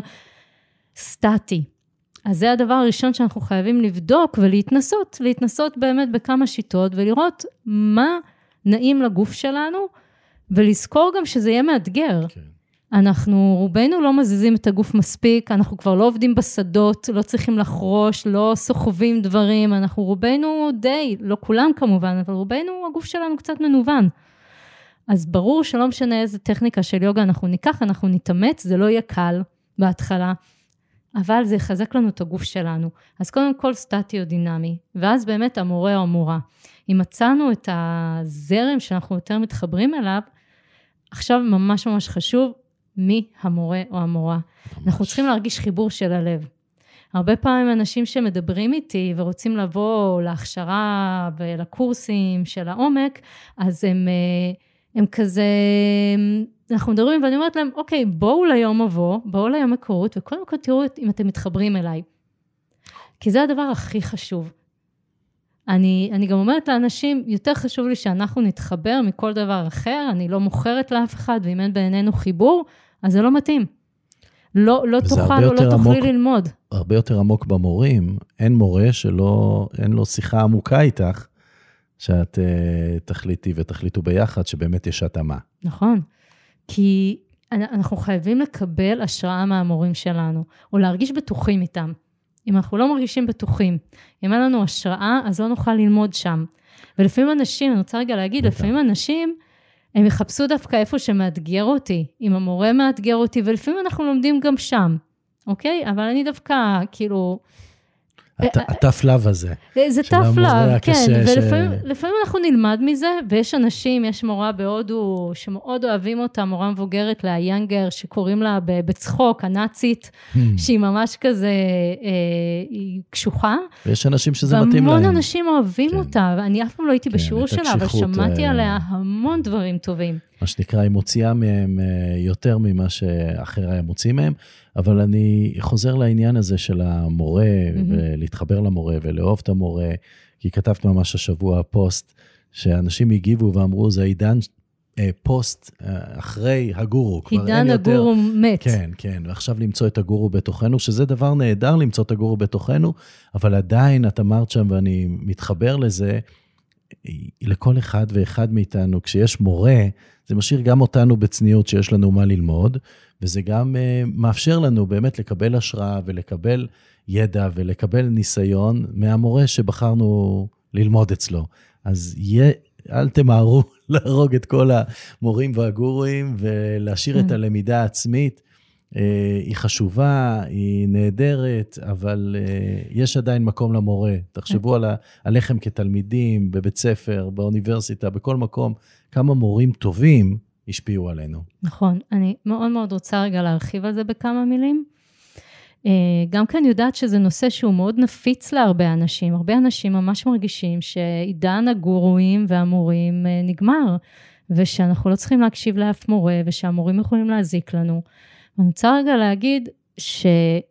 סטטי. אז זה הדבר הראשון שאנחנו חייבים לבדוק ולהתנסות, להתנסות באמת בכמה שיטות ולראות מה נעים לגוף שלנו, ולזכור גם שזה יהיה מאתגר. כן. אנחנו רובנו לא מזיזים את הגוף מספיק, אנחנו כבר לא עובדים בשדות, לא צריכים לחרוש, לא סוחבים דברים, אנחנו רובנו די, לא כולם כמובן, אבל רובנו הגוף שלנו קצת מנוון. אז ברור שלא משנה איזה טכניקה של יוגה אנחנו ניקח, אנחנו נתאמץ, זה לא יהיה קל בהתחלה, אבל זה יחזק לנו את הגוף שלנו. אז קודם כל סטטי או דינמי, ואז באמת המורה או המורה. אם מצאנו את הזרם שאנחנו יותר מתחברים אליו, עכשיו ממש ממש חשוב, מי המורה או המורה. ממש. אנחנו צריכים להרגיש חיבור של הלב. הרבה פעמים אנשים שמדברים איתי ורוצים לבוא להכשרה ולקורסים של העומק, אז הם, הם כזה, אנחנו מדברים ואני אומרת להם, אוקיי, בואו ליום אבוא, בואו ליום הכרות, וקודם כל תראו אם אתם מתחברים אליי. כי זה הדבר הכי חשוב. אני, אני גם אומרת לאנשים, יותר חשוב לי שאנחנו נתחבר מכל דבר אחר, אני לא מוכרת לאף אחד, ואם אין בעינינו חיבור, אז זה לא מתאים. לא, לא תוכל או לא תוכלי ללמוד. הרבה יותר עמוק במורים, אין מורה שלא, אין לו שיחה עמוקה איתך, שאת uh, תחליטי ותחליטו ביחד, שבאמת יש התאמה. נכון, כי אנחנו חייבים לקבל השראה מהמורים שלנו, או להרגיש בטוחים איתם. אם אנחנו לא מרגישים בטוחים, אם אין לנו השראה, אז לא נוכל ללמוד שם. ולפעמים אנשים, אני רוצה רגע להגיד, לפעמים אנשים, הם יחפשו דווקא איפה שמאתגר אותי, אם המורה מאתגר אותי, ולפעמים אנחנו לומדים גם שם, אוקיי? אבל אני דווקא, כאילו... הטף לב הזה. זה טף לב, כן, ולפעמים אנחנו נלמד מזה, ויש אנשים, יש מורה בהודו, שמאוד אוהבים אותה, מורה מבוגרת לה, יאנגר, שקוראים לה בצחוק, הנאצית, שהיא ממש כזה, היא קשוחה. ויש אנשים שזה מתאים להם. והמון אנשים אוהבים אותה, ואני אף פעם לא הייתי בשיעור שלה, אבל שמעתי עליה המון דברים טובים. מה שנקרא, היא מוציאה מהם יותר ממה שאחר היה מוציא מהם, אבל אני חוזר לעניין הזה של המורה, mm-hmm. ולהתחבר למורה ולאהוב את המורה, כי כתבת ממש השבוע פוסט, שאנשים הגיבו ואמרו, זה עידן פוסט אחרי הגורו. עידן הגורו יותר... מת. כן, כן, ועכשיו למצוא את הגורו בתוכנו, שזה דבר נהדר למצוא את הגורו בתוכנו, אבל עדיין את אמרת שם, ואני מתחבר לזה, לכל אחד ואחד מאיתנו, כשיש מורה, זה משאיר גם אותנו בצניעות שיש לנו מה ללמוד, וזה גם uh, מאפשר לנו באמת לקבל השראה ולקבל ידע ולקבל ניסיון מהמורה שבחרנו ללמוד אצלו. אז יהיה, אל תמהרו להרוג את כל המורים והגורואים ולהשאיר את הלמידה העצמית. Uh, היא חשובה, היא נהדרת, אבל uh, יש עדיין מקום למורה. תחשבו על ה- עליכם כתלמידים, בבית ספר, באוניברסיטה, בכל מקום, כמה מורים טובים השפיעו עלינו. נכון, אני מאוד מאוד רוצה רגע להרחיב על זה בכמה מילים. גם כאן יודעת שזה נושא שהוא מאוד נפיץ להרבה אנשים. הרבה אנשים ממש מרגישים שעידן הגורואים והמורים נגמר, ושאנחנו לא צריכים להקשיב לאף מורה, ושהמורים יכולים להזיק לנו. אני רוצה רגע להגיד שאני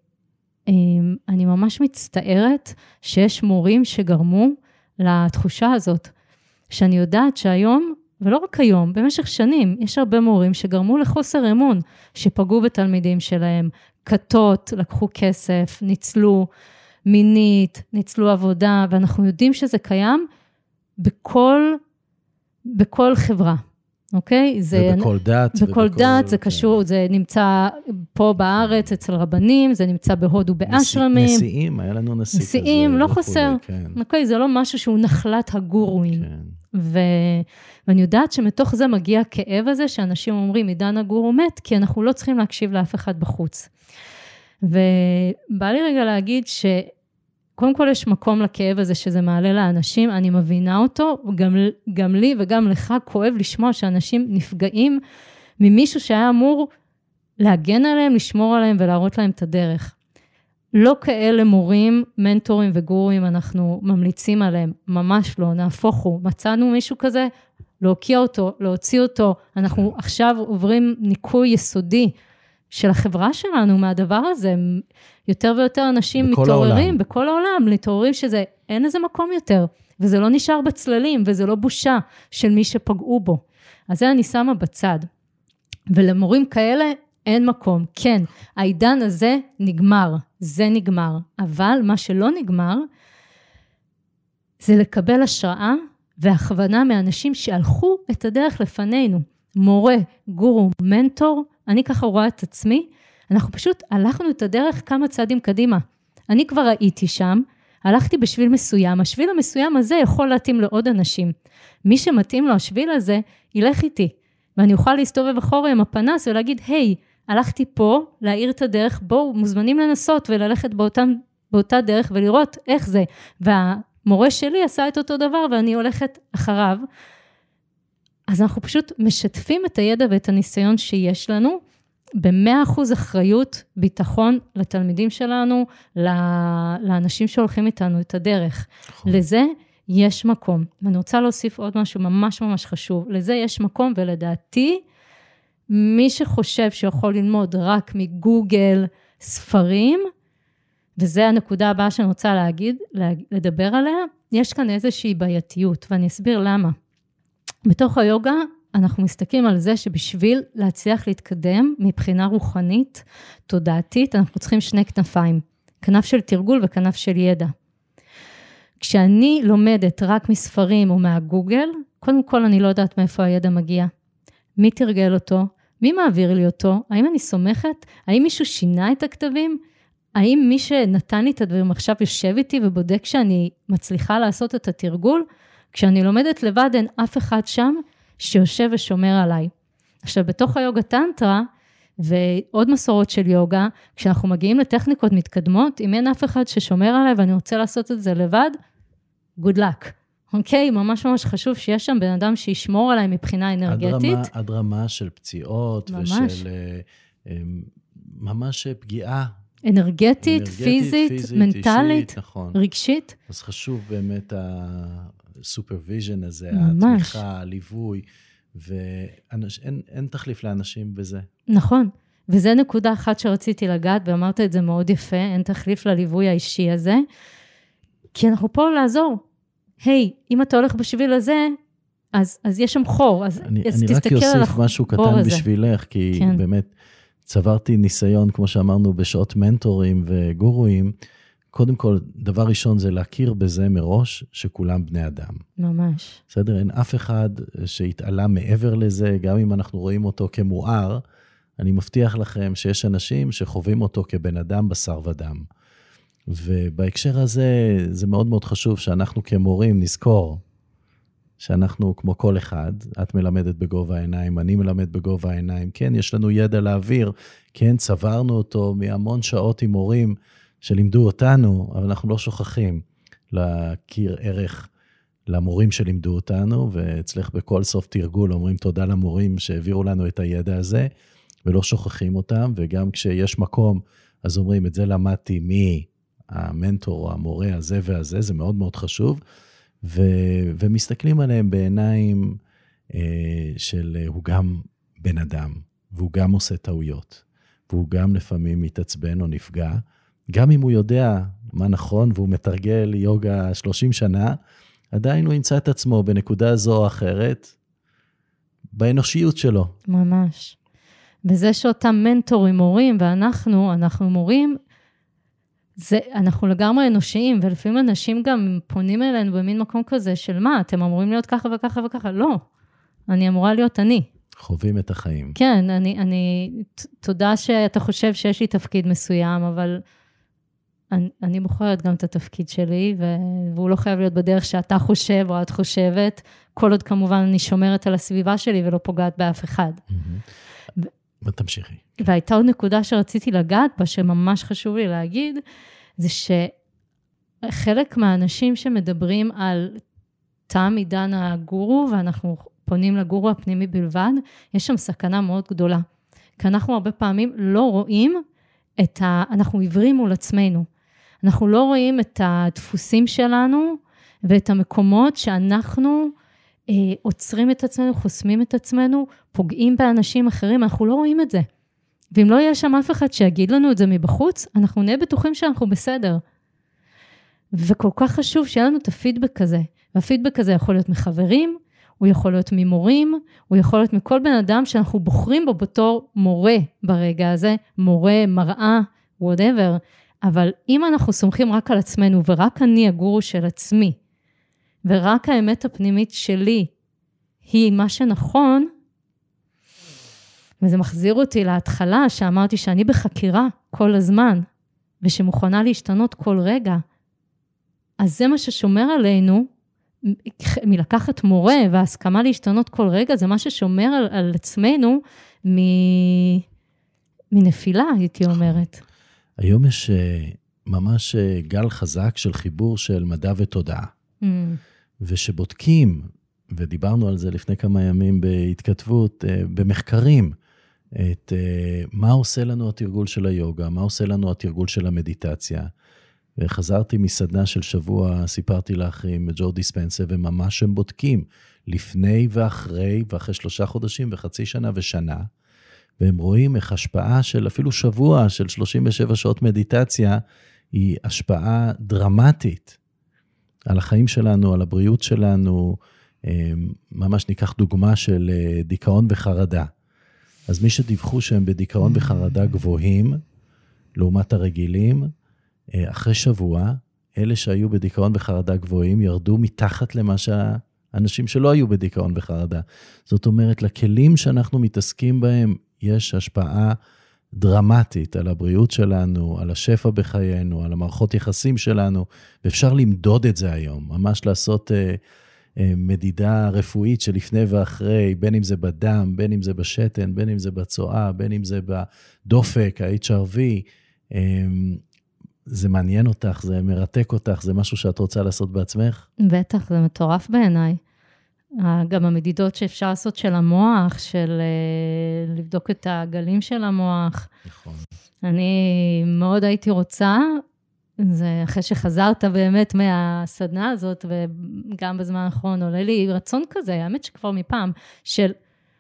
ממש מצטערת שיש מורים שגרמו לתחושה הזאת, שאני יודעת שהיום ולא רק היום, במשך שנים, יש הרבה מורים שגרמו לחוסר אמון, שפגעו בתלמידים שלהם, כתות, לקחו כסף, ניצלו מינית, ניצלו עבודה, ואנחנו יודעים שזה קיים בכל, בכל חברה. אוקיי? זה בכל דת. בכל דת, זה קשור, זה נמצא פה בארץ אצל רבנים, זה נמצא בהודו באשרמים. נשיאים, היה לנו נשיא כזה. נשיאים, לא חסר. אוקיי, זה לא משהו שהוא נחלת הגורואים. ואני יודעת שמתוך זה מגיע הכאב הזה, שאנשים אומרים, עידן הגורו מת, כי אנחנו לא צריכים להקשיב לאף אחד בחוץ. ובא לי רגע להגיד ש... קודם כל יש מקום לכאב הזה שזה מעלה לאנשים, אני מבינה אותו, גם, גם לי וגם לך כואב לשמוע שאנשים נפגעים ממישהו שהיה אמור להגן עליהם, לשמור עליהם ולהראות להם את הדרך. לא כאלה מורים, מנטורים וגורים אנחנו ממליצים עליהם, ממש לא, נהפוך הוא. מצאנו מישהו כזה, להוקיע אותו, להוציא אותו, אנחנו עכשיו עוברים ניקוי יסודי, של החברה שלנו מהדבר הזה, יותר ויותר אנשים בכל מתעוררים, העולם. בכל העולם, מתעוררים שזה, אין איזה מקום יותר, וזה לא נשאר בצללים, וזה לא בושה של מי שפגעו בו. אז זה אני שמה בצד. ולמורים כאלה אין מקום. כן, העידן הזה נגמר, זה נגמר, אבל מה שלא נגמר, זה לקבל השראה והכוונה מאנשים שהלכו את הדרך לפנינו. מורה, גורו, מנטור, אני ככה רואה את עצמי, אנחנו פשוט הלכנו את הדרך כמה צעדים קדימה. אני כבר ראיתי שם, הלכתי בשביל מסוים, השביל המסוים הזה יכול להתאים לעוד אנשים. מי שמתאים לו השביל הזה, ילך איתי. ואני אוכל להסתובב אחורה עם הפנס ולהגיד, היי, הלכתי פה להאיר את הדרך, בואו מוזמנים לנסות וללכת באותם, באותה דרך ולראות איך זה. והמורה שלי עשה את אותו דבר ואני הולכת אחריו. אז אנחנו פשוט משתפים את הידע ואת הניסיון שיש לנו, ב-מאה אחוז אחריות, ביטחון לתלמידים שלנו, לאנשים שהולכים איתנו את הדרך. לזה יש מקום. ואני רוצה להוסיף עוד משהו ממש ממש חשוב. לזה יש מקום, ולדעתי, מי שחושב שיכול ללמוד רק מגוגל ספרים, וזה הנקודה הבאה שאני רוצה להגיד, לדבר עליה, יש כאן איזושהי בעייתיות, ואני אסביר למה. בתוך היוגה, אנחנו מסתכלים על זה שבשביל להצליח להתקדם מבחינה רוחנית, תודעתית, אנחנו צריכים שני כנפיים, כנף של תרגול וכנף של ידע. כשאני לומדת רק מספרים או מהגוגל, קודם כל אני לא יודעת מאיפה הידע מגיע. מי תרגל אותו? מי מעביר לי אותו? האם אני סומכת? האם מישהו שינה את הכתבים? האם מי שנתן לי את הדברים עכשיו יושב איתי ובודק שאני מצליחה לעשות את התרגול? כשאני לומדת לבד אין אף אחד שם שיושב ושומר עליי. עכשיו בתוך היוגה טנטרה ועוד מסורות של יוגה, כשאנחנו מגיעים לטכניקות מתקדמות, אם אין אף אחד ששומר עליי ואני רוצה לעשות את זה לבד, good luck. אוקיי, ממש ממש חשוב שיש שם בן אדם שישמור עליי מבחינה אנרגטית. עד רמה, עד רמה של פציעות ממש. ושל ממש פגיעה. אנרגטית, אנרגטית פיזית, פיזית, מנטלית, אישית, נכון. רגשית. אז חשוב באמת הסופרוויז'ן הזה, התמיכה, הליווי, ואין אין תחליף לאנשים בזה. נכון, וזה נקודה אחת שרציתי לגעת, ואמרת את זה מאוד יפה, אין תחליף לליווי האישי הזה, כי אנחנו פה לעזור. היי, אם אתה הולך בשביל הזה, אז, אז יש שם חור, אז, אני, אז אני תסתכל על החור הזה. אני רק אוסיף משהו קטן בשבילך, כי כן. באמת צברתי ניסיון, כמו שאמרנו, בשעות מנטורים וגורואים, קודם כל, דבר ראשון זה להכיר בזה מראש, שכולם בני אדם. ממש. בסדר? אין אף אחד שהתעלה מעבר לזה, גם אם אנחנו רואים אותו כמואר, אני מבטיח לכם שיש אנשים שחווים אותו כבן אדם בשר ודם. ובהקשר הזה, זה מאוד מאוד חשוב שאנחנו כמורים נזכור, שאנחנו כמו כל אחד, את מלמדת בגובה העיניים, אני מלמד בגובה העיניים, כן, יש לנו ידע להעביר, כן, צברנו אותו מהמון שעות עם מורים, שלימדו אותנו, אבל אנחנו לא שוכחים להכיר ערך למורים שלימדו אותנו, ואצלך בכל סוף תרגול אומרים תודה למורים שהעבירו לנו את הידע הזה, ולא שוכחים אותם, וגם כשיש מקום, אז אומרים את זה למדתי מהמנטור או המורה הזה והזה, זה מאוד מאוד חשוב, ו, ומסתכלים עליהם בעיניים אה, של הוא גם בן אדם, והוא גם עושה טעויות, והוא גם לפעמים מתעצבן או נפגע, גם אם הוא יודע מה נכון, והוא מתרגל יוגה שלושים שנה, עדיין הוא ימצא את עצמו בנקודה זו או אחרת, באנושיות שלו. ממש. וזה שאותם מנטורים מורים, ואנחנו, אנחנו מורים, זה, אנחנו לגמרי אנושיים, ולפעמים אנשים גם פונים אלינו במין מקום כזה, של מה, אתם אמורים להיות ככה וככה וככה? לא, אני אמורה להיות אני. חווים את החיים. כן, אני, אני, תודה שאתה חושב שיש לי תפקיד מסוים, אבל אני, אני בוחרת גם את התפקיד שלי, והוא לא חייב להיות בדרך שאתה חושב או את חושבת, כל עוד כמובן אני שומרת על הסביבה שלי ולא פוגעת באף אחד. ותמשיכי. והייתה עוד נקודה שרציתי לגעת בה, שממש חשוב לי להגיד, זה שחלק מהאנשים שמדברים על תם עידן הגורו, ואנחנו פונים לגורו הפנימי בלבד, יש שם סכנה מאוד גדולה. כי אנחנו הרבה פעמים לא רואים את ה... אנחנו עיוורים מול עצמנו. אנחנו לא רואים את הדפוסים שלנו, ואת המקומות שאנחנו אה, עוצרים את עצמנו, חוסמים את עצמנו, פוגעים באנשים אחרים, אנחנו לא רואים את זה. ואם לא יהיה שם אף אחד שיגיד לנו את זה מבחוץ, אנחנו נהיה בטוחים שאנחנו בסדר. וכל כך חשוב שיהיה לנו את הפידבק הזה. והפידבק הזה יכול להיות מחברים, הוא יכול להיות ממורים, הוא יכול להיות מכל בן אדם שאנחנו בוחרים בו בתור מורה ברגע הזה, מורה, מראה, whatever. אבל אם אנחנו סומכים רק על עצמנו, ורק אני הגורו של עצמי, ורק האמת הפנימית שלי היא מה שנכון, וזה מחזיר אותי להתחלה, שאמרתי שאני בחקירה כל הזמן, ושמוכנה להשתנות כל רגע, אז זה מה ששומר עלינו, מלקחת מורה, וההסכמה להשתנות כל רגע, זה מה ששומר על, על עצמנו, מ... מנפילה, הייתי אומרת. היום יש ממש גל חזק של חיבור של מדע ותודעה, mm. ושבודקים, ודיברנו על זה לפני כמה ימים בהתכתבות, במחקרים, את מה עושה לנו התרגול של היוגה, מה עושה לנו התרגול של המדיטציה, וחזרתי מסדנה של שבוע, סיפרתי לך עם ג'ו דיספנסה, וממש הם בודקים, לפני ואחרי, ואחרי שלושה חודשים וחצי שנה ושנה, והם רואים איך השפעה של אפילו שבוע של שלושים ושבע שעות מדיטציה, היא השפעה דרמטית על החיים שלנו, על הבריאות שלנו, ממש ניקח דוגמה של דיכאון וחרדה. אז מי שדיווחו שהם בדיכאון וחרדה גבוהים, לעומת הרגילים, אחרי שבוע, אלה שהיו בדיכאון וחרדה גבוהים, ירדו מתחת למה שהאנשים שלא היו בדיכאון וחרדה. זאת אומרת, לכלים שאנחנו מתעסקים בהם, יש השפעה דרמטית על הבריאות שלנו, על השפע בחיינו, על המערכות יחסים שלנו, ואפשר למדוד את זה היום, ממש לעשות אה, אה, מדידה רפואית שלפני ואחרי, בין אם זה בדם, בין אם זה בשתן, בין אם זה בצואה, בין אם זה בדופק, ה-אייץ' אר וי, אה, זה מעניין אותך, זה מרתק אותך, זה משהו שאת רוצה לעשות בעצמך? בטח, זה מטורף בעיניי. גם המדידות שאפשר לעשות של המוח, של לבדוק את הגלים של המוח. נכון. אני מאוד הייתי רוצה, זה אחרי שחזרת באמת מהסדנה הזאת, וגם בזמן האחרון עולה לי רצון כזה, האמת שכבר מפעם, של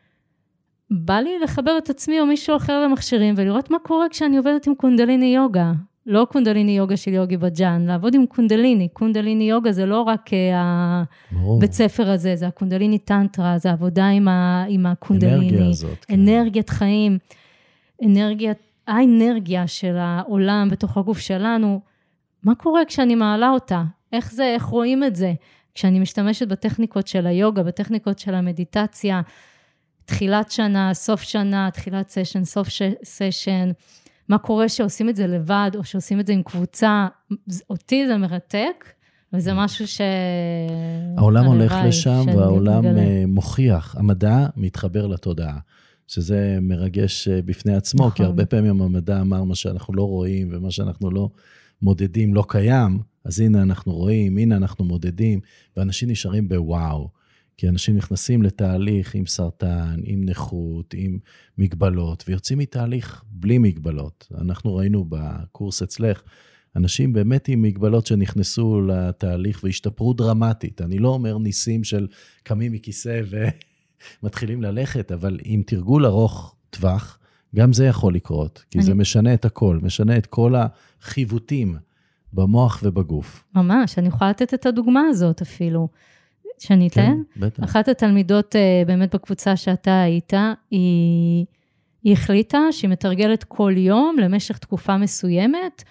בא לי לחבר את עצמי או מישהו אחר למכשירים, ולראות מה קורה כשאני עובדת עם קונדליני יוגה. לא קונדליני יוגה של יוגי בג'אן, לעבוד עם קונדליני. קונדליני יוגה זה לא רק הבית ספר הזה, זה הקונדליני טנטרה, זה העבודה עם, ה, עם הקונדליני. אנרגיה הזאת. כן. אנרגיית חיים, אנרגיית, האנרגיה של העולם בתוך הגוף שלנו, מה קורה כשאני מעלה אותה? איך זה, איך רואים את זה? כשאני משתמשת בטכניקות של היוגה, בטכניקות של המדיטציה, תחילת שנה, סוף שנה, תחילת סשן, סוף ש... סשן, מה קורה שעושים את זה לבד, או שעושים את זה עם קבוצה, אותי זה מרתק, וזה משהו ש... העולם הולך לשם, והעולם מוכיח, המדע מתחבר לתודעה, שזה מרגש בפני עצמו, נכון. כי הרבה פעמים המדע אמר מה שאנחנו לא רואים, ומה שאנחנו לא מודדים לא קיים, אז הנה אנחנו רואים, הנה אנחנו מודדים, ואנשים נשארים בוואו, כי אנשים נכנסים לתהליך עם סרטן, עם נכות, עם מגבלות, ויוצאים מתהליך בלי מגבלות. אנחנו ראינו בקורס אצלך, אנשים באמת עם מגבלות שנכנסו לתהליך והשתפרו דרמטית. אני לא אומר ניסים של קמים מכיסא ומתחילים ללכת, אבל עם תרגול ארוך טווח, גם זה יכול לקרות, כי אני... זה משנה את הכל, משנה את כל החיוותים במוח ובגוף. ממש, אני יכולה לתת את הדוגמה הזאת אפילו. שאני אתן? כן, בטח. אחת התלמידות באמת בקבוצה שאתה היית, היא, היא החליטה שהיא מתרגלת כל יום למשך תקופה מסוימת,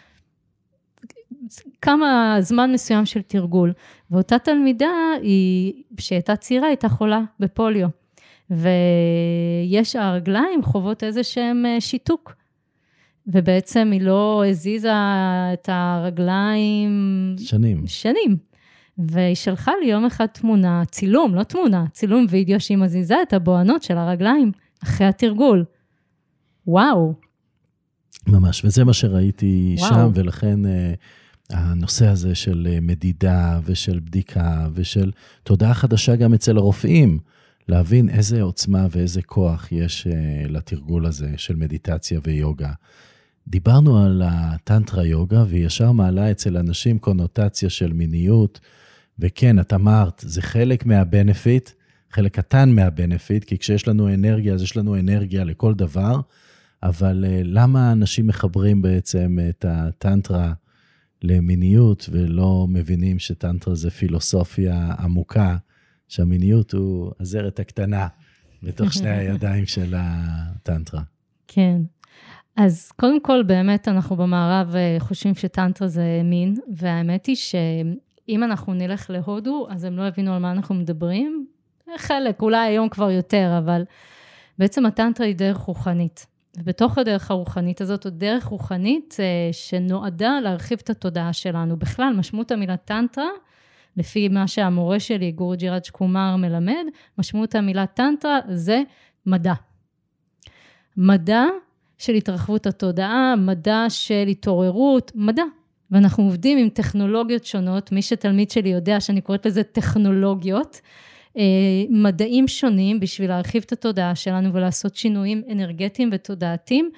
כמה זמן מסוים של תרגול. ואותה תלמידה, היא, שהייתה צעירה, הייתה חולה בפוליו. ויש הרגליים חוות איזה שהם שיתוק. ובעצם היא לא הזיזה את הרגליים... שנים. שנים. והיא שלחה לי יום אחד תמונה, צילום, לא תמונה, צילום וידאו שהיא מזיזה את הבוענות של הרגליים אחרי התרגול. וואו. ממש, וזה מה שראיתי וואו. שם, ולכן uh, הנושא הזה של uh, מדידה ושל בדיקה ושל תודעה חדשה גם אצל הרופאים, להבין איזה עוצמה ואיזה כוח יש uh, לתרגול הזה של מדיטציה ויוגה. דיברנו על הטנטרה יוגה, והיא ישר מעלה אצל אנשים קונוטציה של מיניות, וכן, את אמרת, זה חלק מהבנפיט, חלק קטן מהבנפיט, כי כשיש לנו אנרגיה, אז יש לנו אנרגיה לכל דבר, אבל uh, למה אנשים מחברים בעצם את הטנטרה למיניות, ולא מבינים שטנטרה זה פילוסופיה עמוקה, שהמיניות הוא הזרת הקטנה, בתוך שני הידיים של הטנטרה. כן. אז קודם כל, באמת אנחנו במערב חושבים שטנטרה זה מין, והאמת היא שאם אנחנו נלך להודו, אז הם לא הבינו על מה אנחנו מדברים, חלק, אולי היום כבר יותר, אבל בעצם הטנטרה היא דרך רוחנית. ובתוך הדרך הרוחנית הזאת, או דרך רוחנית שנועדה להרחיב את התודעה שלנו. בכלל, משמעות המילה טנטרה, לפי מה שהמורה שלי, גורג'י ראג' קומר מלמד, משמעות המילה טנטרה זה מדע. מדע של התרחבות התודעה, מדע של התעוררות, מדע. ואנחנו עובדים עם טכנולוגיות שונות, מי שתלמיד שלי יודע שאני קוראת לזה טכנולוגיות, מדעים שונים בשביל להרחיב את התודעה שלנו ולעשות שינויים אנרגטיים ותודעתיים,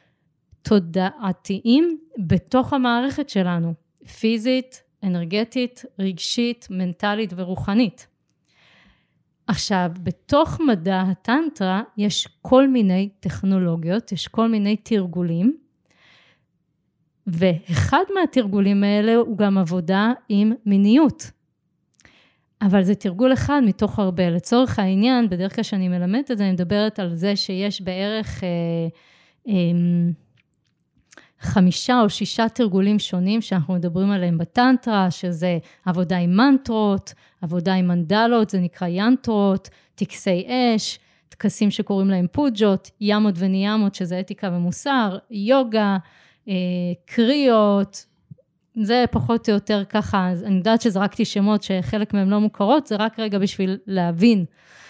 תודעתיים בתוך המערכת שלנו, פיזית, אנרגטית, רגשית, מנטלית ורוחנית. עכשיו, בתוך מדע הטנטרה יש כל מיני טכנולוגיות, יש כל מיני תרגולים, ואחד מהתרגולים האלה הוא גם עבודה עם מיניות. אבל זה תרגול אחד מתוך הרבה. לצורך העניין, בדרך כלל שאני מלמדת את זה, אני מדברת על זה שיש בערך אה, אה, חמישה או שישה תרגולים שונים שאנחנו מדברים עליהם בטנטרה, שזה עבודה עם מנטרות, עבודה עם מנדלות, זה נקרא ינטרות, טקסי אש, טקסים שקוראים להם פוג'ות, ימות וניימות, שזה אתיקה ומוסר, יוגה, אה, קריאות, זה פחות או יותר ככה, אני יודעת שזרקתי שמות שחלק מהם לא מוכרות, זה רק רגע בשביל להבין.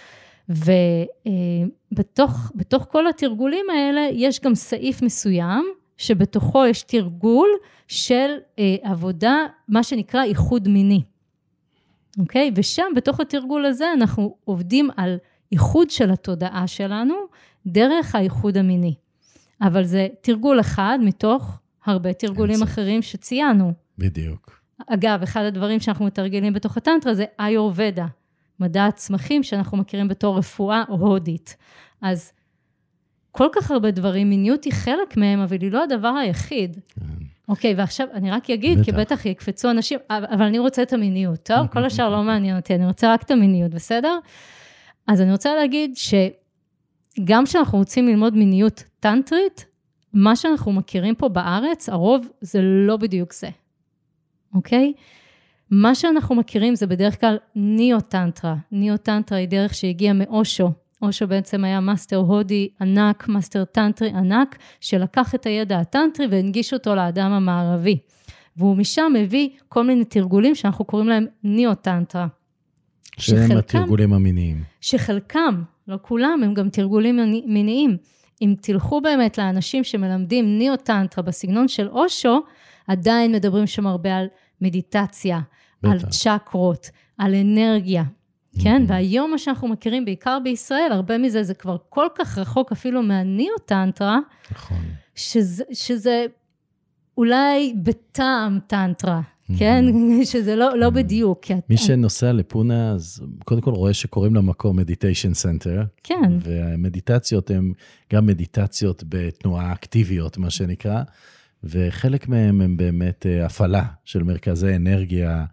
ובתוך בתוך כל התרגולים האלה, יש גם סעיף מסוים, שבתוכו יש תרגול של אה, עבודה, מה שנקרא איחוד מיני. אוקיי? ושם, בתוך התרגול הזה, אנחנו עובדים על איחוד של התודעה שלנו, דרך האיחוד המיני. אבל זה תרגול אחד מתוך הרבה תרגולים אחרים שציינו. בדיוק. אגב, אחד הדברים שאנחנו מתרגלים בתוך הטנטרה זה איורבדה, מדע הצמחים שאנחנו מכירים בתור רפואה הודית. אז כל כך הרבה דברים, מיניות היא חלק מהם, אבל היא לא הדבר היחיד. אוקיי, ועכשיו אני רק אגיד, כי בטח יקפצו אנשים, אבל אני רוצה את המיניות, טוב? כל השאר לא מעניין אותי, אני רוצה רק את המיניות, בסדר? אז אני רוצה להגיד שגם כשאנחנו רוצים ללמוד מיניות טנטרית, מה שאנחנו מכירים פה בארץ, הרוב זה לא בדיוק זה. אוקיי? מה שאנחנו מכירים זה בדרך כלל ניאו-טנטרה. ניאו-טנטרה היא דרך שהגיעה מאושו. אושו בעצם היה מאסטר הודי ענק, מאסטר טנטרי ענק, שלקח את הידע הטנטרי והנגיש אותו לאדם המערבי. והוא משם מביא כל מיני תרגולים שאנחנו קוראים להם ניאו-טנטרה. שהם התרגולים המיניים. שחלקם, לא כולם, הם גם תרגולים מיניים. אם תלכו באמת לאנשים שמלמדים ניאו-טנטרה בסגנון של אושו, עדיין מדברים שם הרבה על מדיטציה, בטח. על צ'קרות, על אנרגיה. כן, והיום מה שאנחנו מכירים בעיקר בישראל, הרבה מזה זה כבר כל כך רחוק אפילו מהניאו-טנטרה, נכון. שזה, שזה אולי בטעם טנטרה, כן? שזה לא, לא בדיוק. מי שנוסע לפונה, אז קודם כל רואה שקוראים למקום מדיטיישן סנטר. כן. והמדיטציות הן גם מדיטציות בתנועה אקטיביות, מה שנקרא, וחלק מהם הם באמת הפעלה של מרכזי אנרגיה,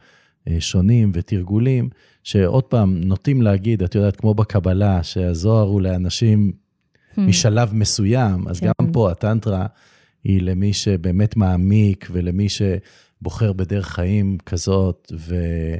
שונים ותרגולים, שעוד פעם נוטים להגיד, את יודעת, כמו בקבלה, שהזוהר הוא לאנשים משלב מסוים, אז גם פה הטנטרה היא למי שבאמת מעמיק, ולמי שבוחר בדרך חיים כזאת, ו...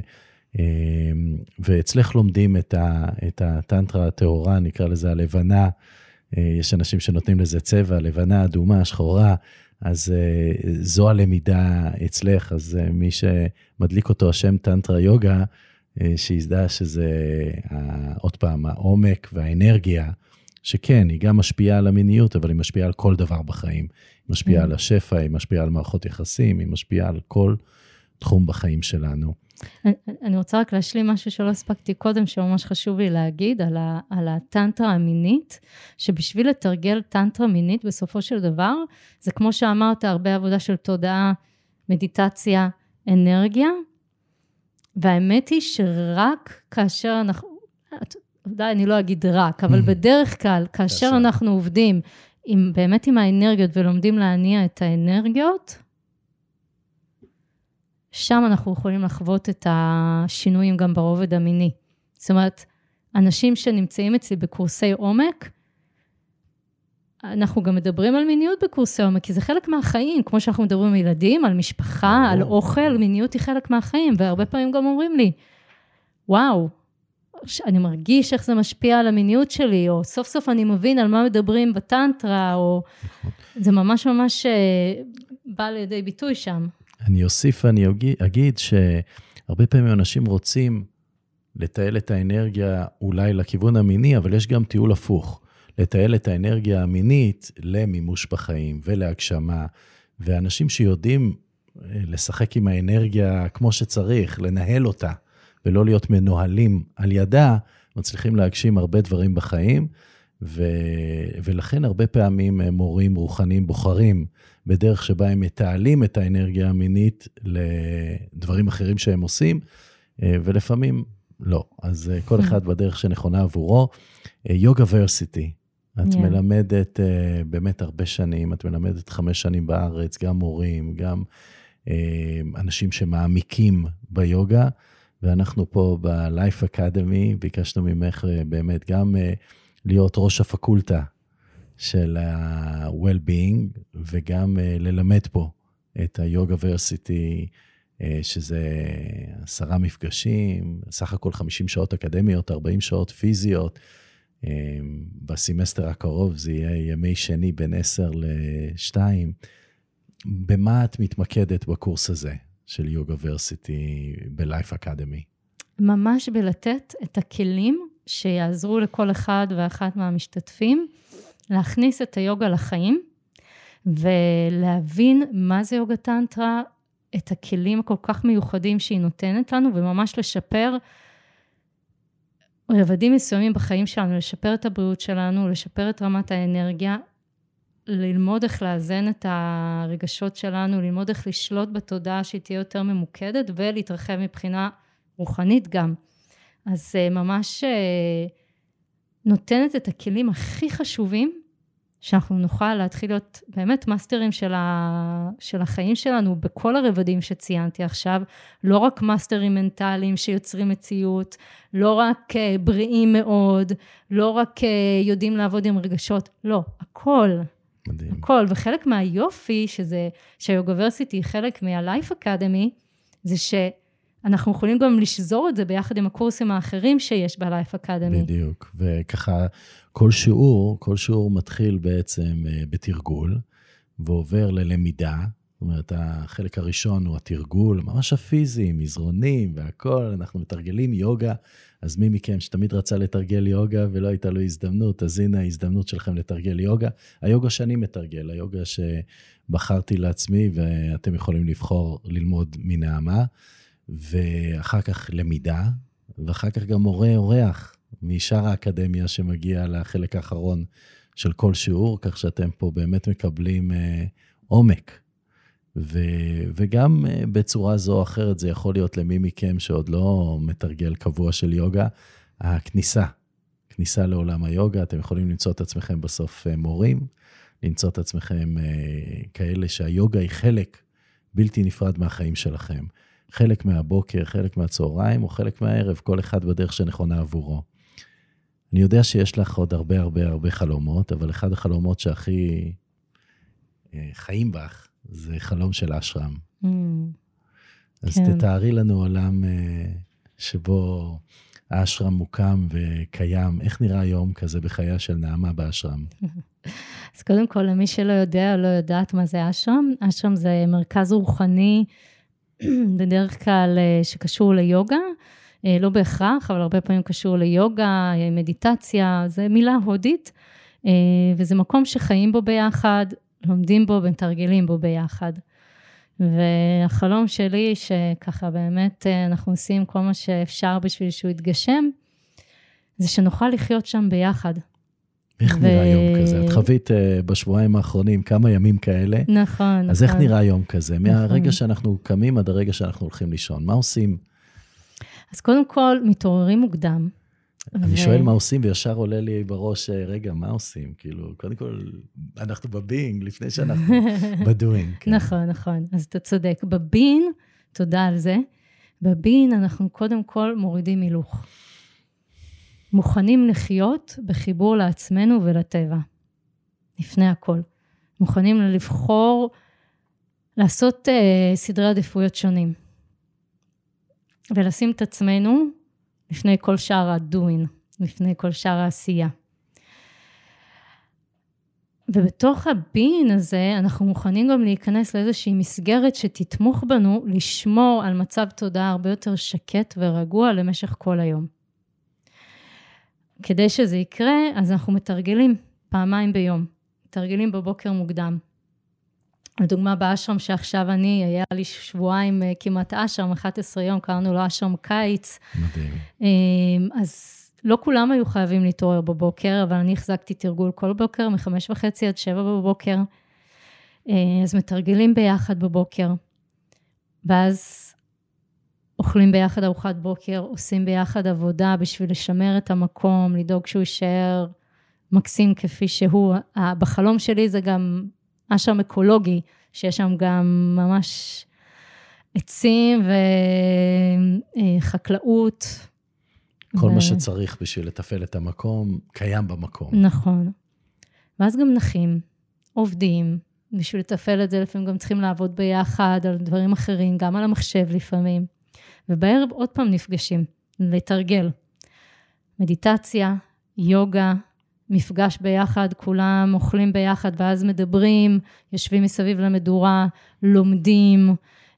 ואצלך לומדים את, ה, את הטנטרה הטהורה, נקרא לזה הלבנה, יש אנשים שנותנים לזה צבע, לבנה, אדומה, שחורה, אז זו הלמידה אצלך, אז מי שמדליק אותו השם טנטרה יוגה, שיזדע שזה עוד פעם העומק והאנרגיה, שכן, היא גם משפיעה על המיניות, אבל היא משפיעה על כל דבר בחיים, היא משפיעה על השפע, היא משפיעה על מערכות יחסים, היא משפיעה על כל תחום בחיים שלנו. אני רוצה רק להשלים משהו שלא הספקתי קודם, שממש חשוב לי להגיד, על, ה, על הטנטרה המינית, שבשביל לתרגל טנטרה מינית בסופו של דבר, זה כמו שאמרת, הרבה עבודה של תודעה, מדיטציה, אנרגיה, והאמת היא שרק כאשר אנחנו, די, אני לא אגיד רק, אבל בדרך כלל, כאשר אנחנו עובדים, עם, באמת עם האנרגיות, ולומדים להניע את האנרגיות, שם אנחנו יכולים לחוות את השינויים גם ברובד המיני. זאת אומרת, אנשים שנמצאים אצלי בקורסי עומק, אנחנו גם מדברים על מיניות בקורסי עומק, כי זה חלק מהחיים, כמו שאנחנו מדברים על ילדים, על משפחה, על אוכל, מיניות היא חלק מהחיים, והרבה פעמים גם אומרים לי, וואו, אני מרגיש איך זה משפיע על המיניות שלי, או סוף סוף אני מבין על מה מדברים בטנטרה, או זה ממש ממש בא לידי ביטוי שם. אני אוסיף ואני אגיד שהרבה פעמים אנשים רוצים לטייל את האנרגיה אולי לכיוון המיני, אבל יש גם טיול הפוך. לטייל את האנרגיה המינית למימוש בחיים ולהגשמה, ואנשים שיודעים לשחק עם האנרגיה כמו שצריך, לנהל אותה, ולא להיות מנוהלים על ידה, מצליחים להגשים הרבה דברים בחיים, ו... ולכן הרבה פעמים מורים רוחניים בוחרים בדרך שבה הם מתעלים את האנרגיה המינית לדברים אחרים שהם עושים, ולפעמים לא. אז כל אחד בדרך שנכונה עבורו. יוגה ורסיטי, את yeah. מלמדת באמת הרבה שנים, את מלמדת חמש שנים בארץ, גם מורים, גם אנשים שמעמיקים ביוגה, ואנחנו פה ב-Life Academy, ביקשנו ממך באמת גם להיות ראש הפקולטה של ה-Well-being, וגם ללמד פה את היוגה ורסיטי, שזה עשרה מפגשים, סך הכל חמישים שעות אקדמיות, ארבעים שעות פיזיות, בסמסטר הקרוב זה יהיה ימי שני בין עשר לשתיים. במה את מתמקדת בקורס הזה של יוגה ורסיטי ב-Life Academy? ממש בלתת את הכלים שיעזרו לכל אחד ואחת מהמשתתפים, להכניס את היוגה לחיים, ולהבין מה זה יוגה טנטרה, את הכלים הכל כך מיוחדים שהיא נותנת לנו, וממש לשפר רבדים מסוימים בחיים שלנו, לשפר את הבריאות שלנו, לשפר את רמת האנרגיה, ללמוד איך לאזן את הרגשות שלנו, ללמוד איך לשלוט בתודעה שהיא תהיה יותר ממוקדת, ולהתרחב מבחינה רוחנית גם. אז ממש נותנת את הכלים הכי חשובים, שאנחנו נוכל להתחיל להיות באמת מאסטרים של, ה... של החיים שלנו, בכל הרבדים שציינתי עכשיו, לא רק מאסטרים מנטליים שיוצרים מציאות, לא רק בריאים מאוד, לא רק יודעים לעבוד עם רגשות, לא, הכל. מדהים. הכל, וחלק מהיופי, שזה, שהיוגה ורסיטי היא חלק מה-Life Academy, זה ש... אנחנו יכולים גם לשזור את זה ביחד עם הקורסים האחרים שיש ב-Life Academy. בדיוק, וככה כל שיעור, כל שיעור מתחיל בעצם בתרגול, ועובר ללמידה, זאת אומרת, החלק הראשון הוא התרגול, ממש הפיזי, מזרונים והכל, אנחנו מתרגלים יוגה, אז מי מכם שתמיד רצה לתרגל יוגה ולא הייתה לו הזדמנות, אז הנה ההזדמנות שלכם לתרגל יוגה. היוגה שאני מתרגל, היוגה שבחרתי לעצמי, ואתם יכולים לבחור ללמוד מנעמה, ואחר כך למידה, ואחר כך גם מורה אורח משאר האקדמיה שמגיע לחלק האחרון של כל שיעור, כך שאתם פה באמת מקבלים אה, עומק. ו, וגם אה, בצורה זו או אחרת, זה יכול להיות למי מכם שעוד לא מתרגל קבוע של יוגה, הכניסה, כניסה לעולם היוגה, אתם יכולים למצוא את עצמכם בסוף אה, מורים, למצוא את עצמכם אה, כאלה שהיוגה היא חלק בלתי נפרד מהחיים שלכם. חלק מהבוקר, חלק מהצהריים, או חלק מהערב, כל אחד בדרך שנכונה עבורו. אני יודע שיש לך עוד הרבה הרבה הרבה חלומות, אבל אחד החלומות שהכי חיים בך, זה חלום של אשרם. Mm, אז כן. תתארי לנו עולם שבו האשרם מוקם וקיים. איך נראה יום כזה בחייה של נעמה באשרם? אז קודם כל, למי שלא יודע או לא יודעת מה זה אשרם, אשרם זה מרכז רוחני, בדרך כלל שקשור ליוגה, לא בהכרח, אבל הרבה פעמים קשור ליוגה, מדיטציה, זה מילה הודית, וזה מקום שחיים בו ביחד, לומדים בו ומתרגלים בו ביחד. והחלום שלי, שככה באמת אנחנו עושים כל מה שאפשר בשביל שהוא יתגשם, זה שנוכל לחיות שם ביחד. איך ו... נראה יום כזה? את חווית uh, בשבועיים האחרונים כמה ימים כאלה. נכון, אז נכון. אז איך נראה יום כזה? נכון. מהרגע שאנחנו קמים עד הרגע שאנחנו הולכים לישון. מה עושים? אז קודם כל, מתעוררים מוקדם. אני ו... שואל מה עושים, וישר עולה לי בראש, רגע, מה עושים? כאילו, קודם כל, אנחנו בבינג, לפני שאנחנו בדוינג. כן. נכון, נכון. אז אתה צודק. בבין, תודה על זה, בבין אנחנו קודם כל מורידים הילוך. מוכנים לחיות בחיבור לעצמנו ולטבע. לפני הכל. מוכנים לבחור, לעשות uh, סדרי עדיפויות שונים. ולשים את עצמנו לפני כל שאר הדוין, לפני כל שאר העשייה. ובתוך הבין הזה, אנחנו מוכנים גם להיכנס לאיזושהי מסגרת שתתמוך בנו, לשמור על מצב תודעה הרבה יותר שקט ורגוע למשך כל היום. כדי שזה יקרה, אז אנחנו מתרגלים פעמיים ביום. מתרגלים בבוקר מוקדם. לדוגמה, באשרם שעכשיו אני, היה לי שבועיים כמעט אשרם, אחד עשר יום, קראנו לו אשרם קיץ. מדהים. אז לא כולם היו חייבים להתעורר בבוקר, אבל אני החזקתי תרגול כל בוקר, מחמש וחצי עד שבע בבוקר. אז מתרגלים ביחד בבוקר. ואז אוכלים ביחד ארוחת בוקר, עושים ביחד עבודה בשביל לשמר את המקום, לדאוג שהוא יישאר מקסים כפי שהוא. בחלום שלי זה גם אשרם אקולוגי, שיש שם גם ממש עצים וחקלאות. כל ו... מה שצריך בשביל לתפעל את המקום, קיים במקום. נכון. ואז גם נחים, עובדים, בשביל לתפעל את זה, לפעמים גם צריכים לעבוד ביחד על דברים אחרים, גם על המחשב לפעמים. ובערב עוד פעם נפגשים, לתרגל. מדיטציה, יוגה, מפגש ביחד, כולם אוכלים ביחד, ואז מדברים, יושבים מסביב למדורה, לומדים,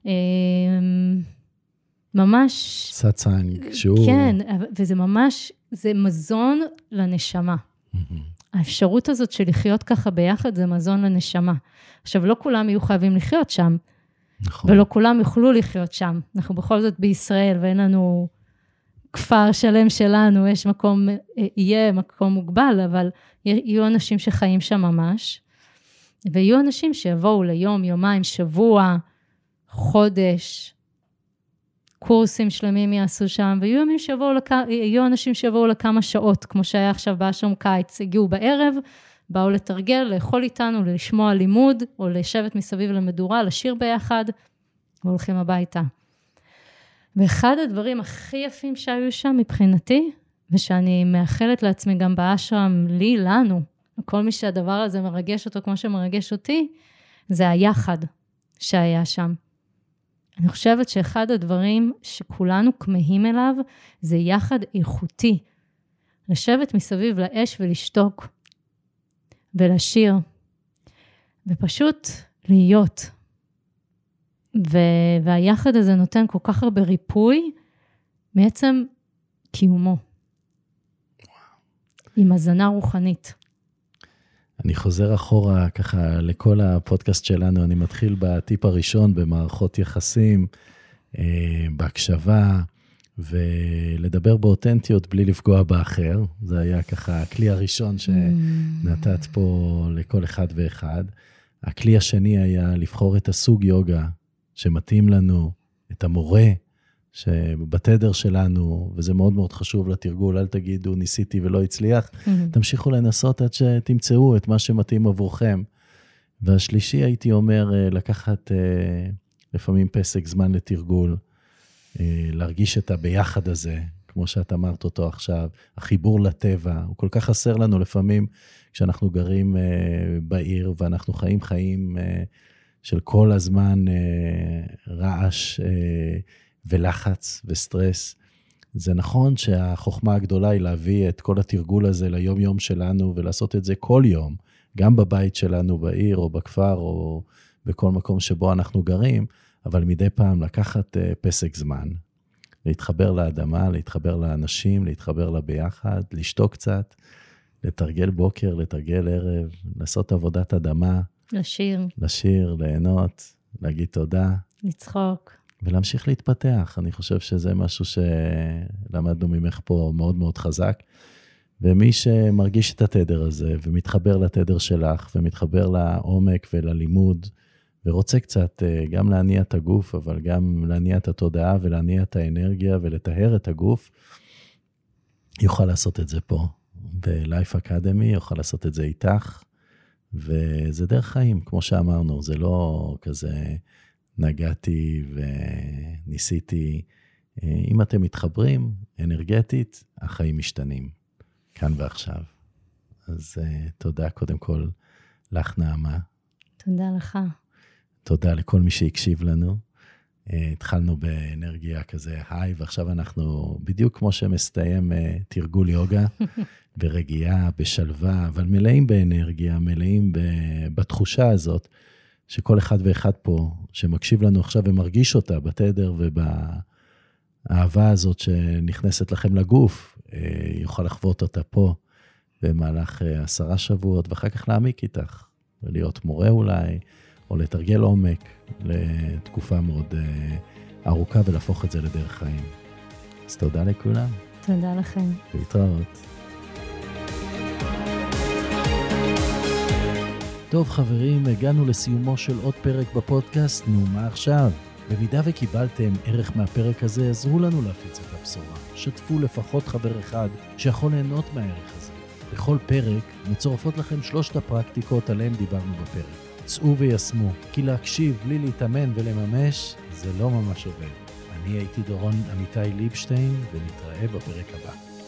ממש... סאצאנג, שהוא... כן, וזה ממש, זה מזון לנשמה. האפשרות הזאת של לחיות ככה ביחד, זה מזון לנשמה. עכשיו, לא כולם יהיו חייבים לחיות שם, נכון. ולא כולם יוכלו לחיות שם. אנחנו בכל זאת בישראל, ואין לנו כפר שלם שלנו, יש מקום, יהיה מקום מוגבל, אבל יהיו אנשים שחיים שם ממש, ויהיו אנשים שיבואו ליום, יומיים, שבוע, חודש, קורסים שלמים יעשו שם, ויהיו ימים שיבואו לכ... יהיו אנשים שיבואו לכמה שעות, כמו שהיה עכשיו באשרם קיץ, הגיעו בערב, באו לתרגל, לאכול איתנו, לשמוע לימוד, או לשבת מסביב למדורה, לשיר ביחד, והולכים הביתה. ואחד הדברים הכי יפים שהיו שם מבחינתי, ושאני מאחלת לעצמי גם באשרם, לי, לנו, כל מי שהדבר הזה מרגש אותו כמו שמרגש אותי, זה היחד שהיה שם. אני חושבת שאחד הדברים שכולנו כמהים אליו, זה יחד איכותי. לשבת מסביב לאש ולשתוק, ולשיר, ופשוט להיות. ו- והיחד הזה נותן כל כך הרבה ריפוי, מעצם קיומו. עם הזנה רוחנית. אני חוזר אחורה ככה לכל הפודקאסט שלנו, אני מתחיל בטיפ הראשון, במערכות יחסים, בהקשבה, ולדבר באותנטיות בלי לפגוע באחר. זה היה ככה הכלי הראשון שנתת פה לכל אחד ואחד. הכלי השני היה לבחור את הסוג יוגה שמתאים לנו, את המורה שבתדר שלנו, וזה מאוד מאוד חשוב לתרגול, אל תגידו ניסיתי ולא הצליח, תמשיכו לנסות עד שתמצאו את מה שמתאים עבורכם. והשלישי הייתי אומר, לקחת לפעמים פסק זמן לתרגול, להרגיש את הביחד הזה, כמו שאת אמרת אותו עכשיו, החיבור לטבע, הוא כל כך חסר לנו לפעמים, כשאנחנו גרים בעיר, ואנחנו חיים חיים של כל הזמן רעש ולחץ וסטרס. זה נכון שהחוכמה הגדולה היא להביא את כל התרגול הזה ליום יום שלנו, ולעשות את זה כל יום, גם בבית שלנו בעיר או בכפר או בכל מקום שבו אנחנו גרים, אבל מדי פעם לקחת פסק זמן, להתחבר לאדמה, להתחבר לאנשים, להתחבר לה ביחד, לשתוק קצת, לתרגל בוקר, לתרגל ערב, לעשות עבודת אדמה. לשיר. לשיר, ליהנות, להגיד תודה. לצחוק. ולהמשיך להתפתח. אני חושב שזה משהו שלמדנו ממך פה מאוד מאוד חזק. ומי שמרגיש את התדר הזה, ומתחבר לתדר שלך, ומתחבר לעומק וללימוד, ורוצה קצת גם להניע את הגוף, אבל גם להניע את התודעה, ולהניע את האנרגיה, ולטהר את הגוף, יוכל לעשות את זה פה. ב-Life Academy יוכל לעשות את זה איתך, וזה דרך חיים, כמו שאמרנו, זה לא כזה נגעתי וניסיתי. אם אתם מתחברים אנרגטית, החיים משתנים, כאן ועכשיו. אז תודה קודם כל לך נעמה. תודה לך. תודה לכל מי שהקשיב לנו. התחלנו באנרגיה כזה היי, ועכשיו אנחנו בדיוק כמו שמסתיים תרגול יוגה, ברגיעה, בשלווה, אבל מלאים באנרגיה, מלאים בתחושה הזאת, שכל אחד ואחד פה, שמקשיב לנו עכשיו ומרגיש אותה בתדר ובאהבה הזאת שנכנסת לכם לגוף, יוכל לחוות אותה פה במהלך עשרה שבועות, ואחר כך להעמיק איתך, ולהיות מורה אולי, או לתרגל עומק לתקופה מאוד ארוכה, ולהפוך את זה לדרך חיים. אז תודה לכולם. תודה לכם. להתראות. טוב חברים, הגענו לסיומו של עוד פרק בפודקאסט, נו מה עכשיו? במידה וקיבלתם ערך מהפרק הזה, עזרו לנו להפיץ את הבשורה. שתפו לפחות חבר אחד שיכול ליהנות מהערך הזה. בכל פרק מצורפות לכם שלושת הפרקטיקות עליהם דיברנו בפרק. צאו וישמו, כי להקשיב בלי להתאמן ולממש, זה לא ממש עובד. אני הייתי דורון אמיתי ליבשטיין, ונתראה בפרק הבא.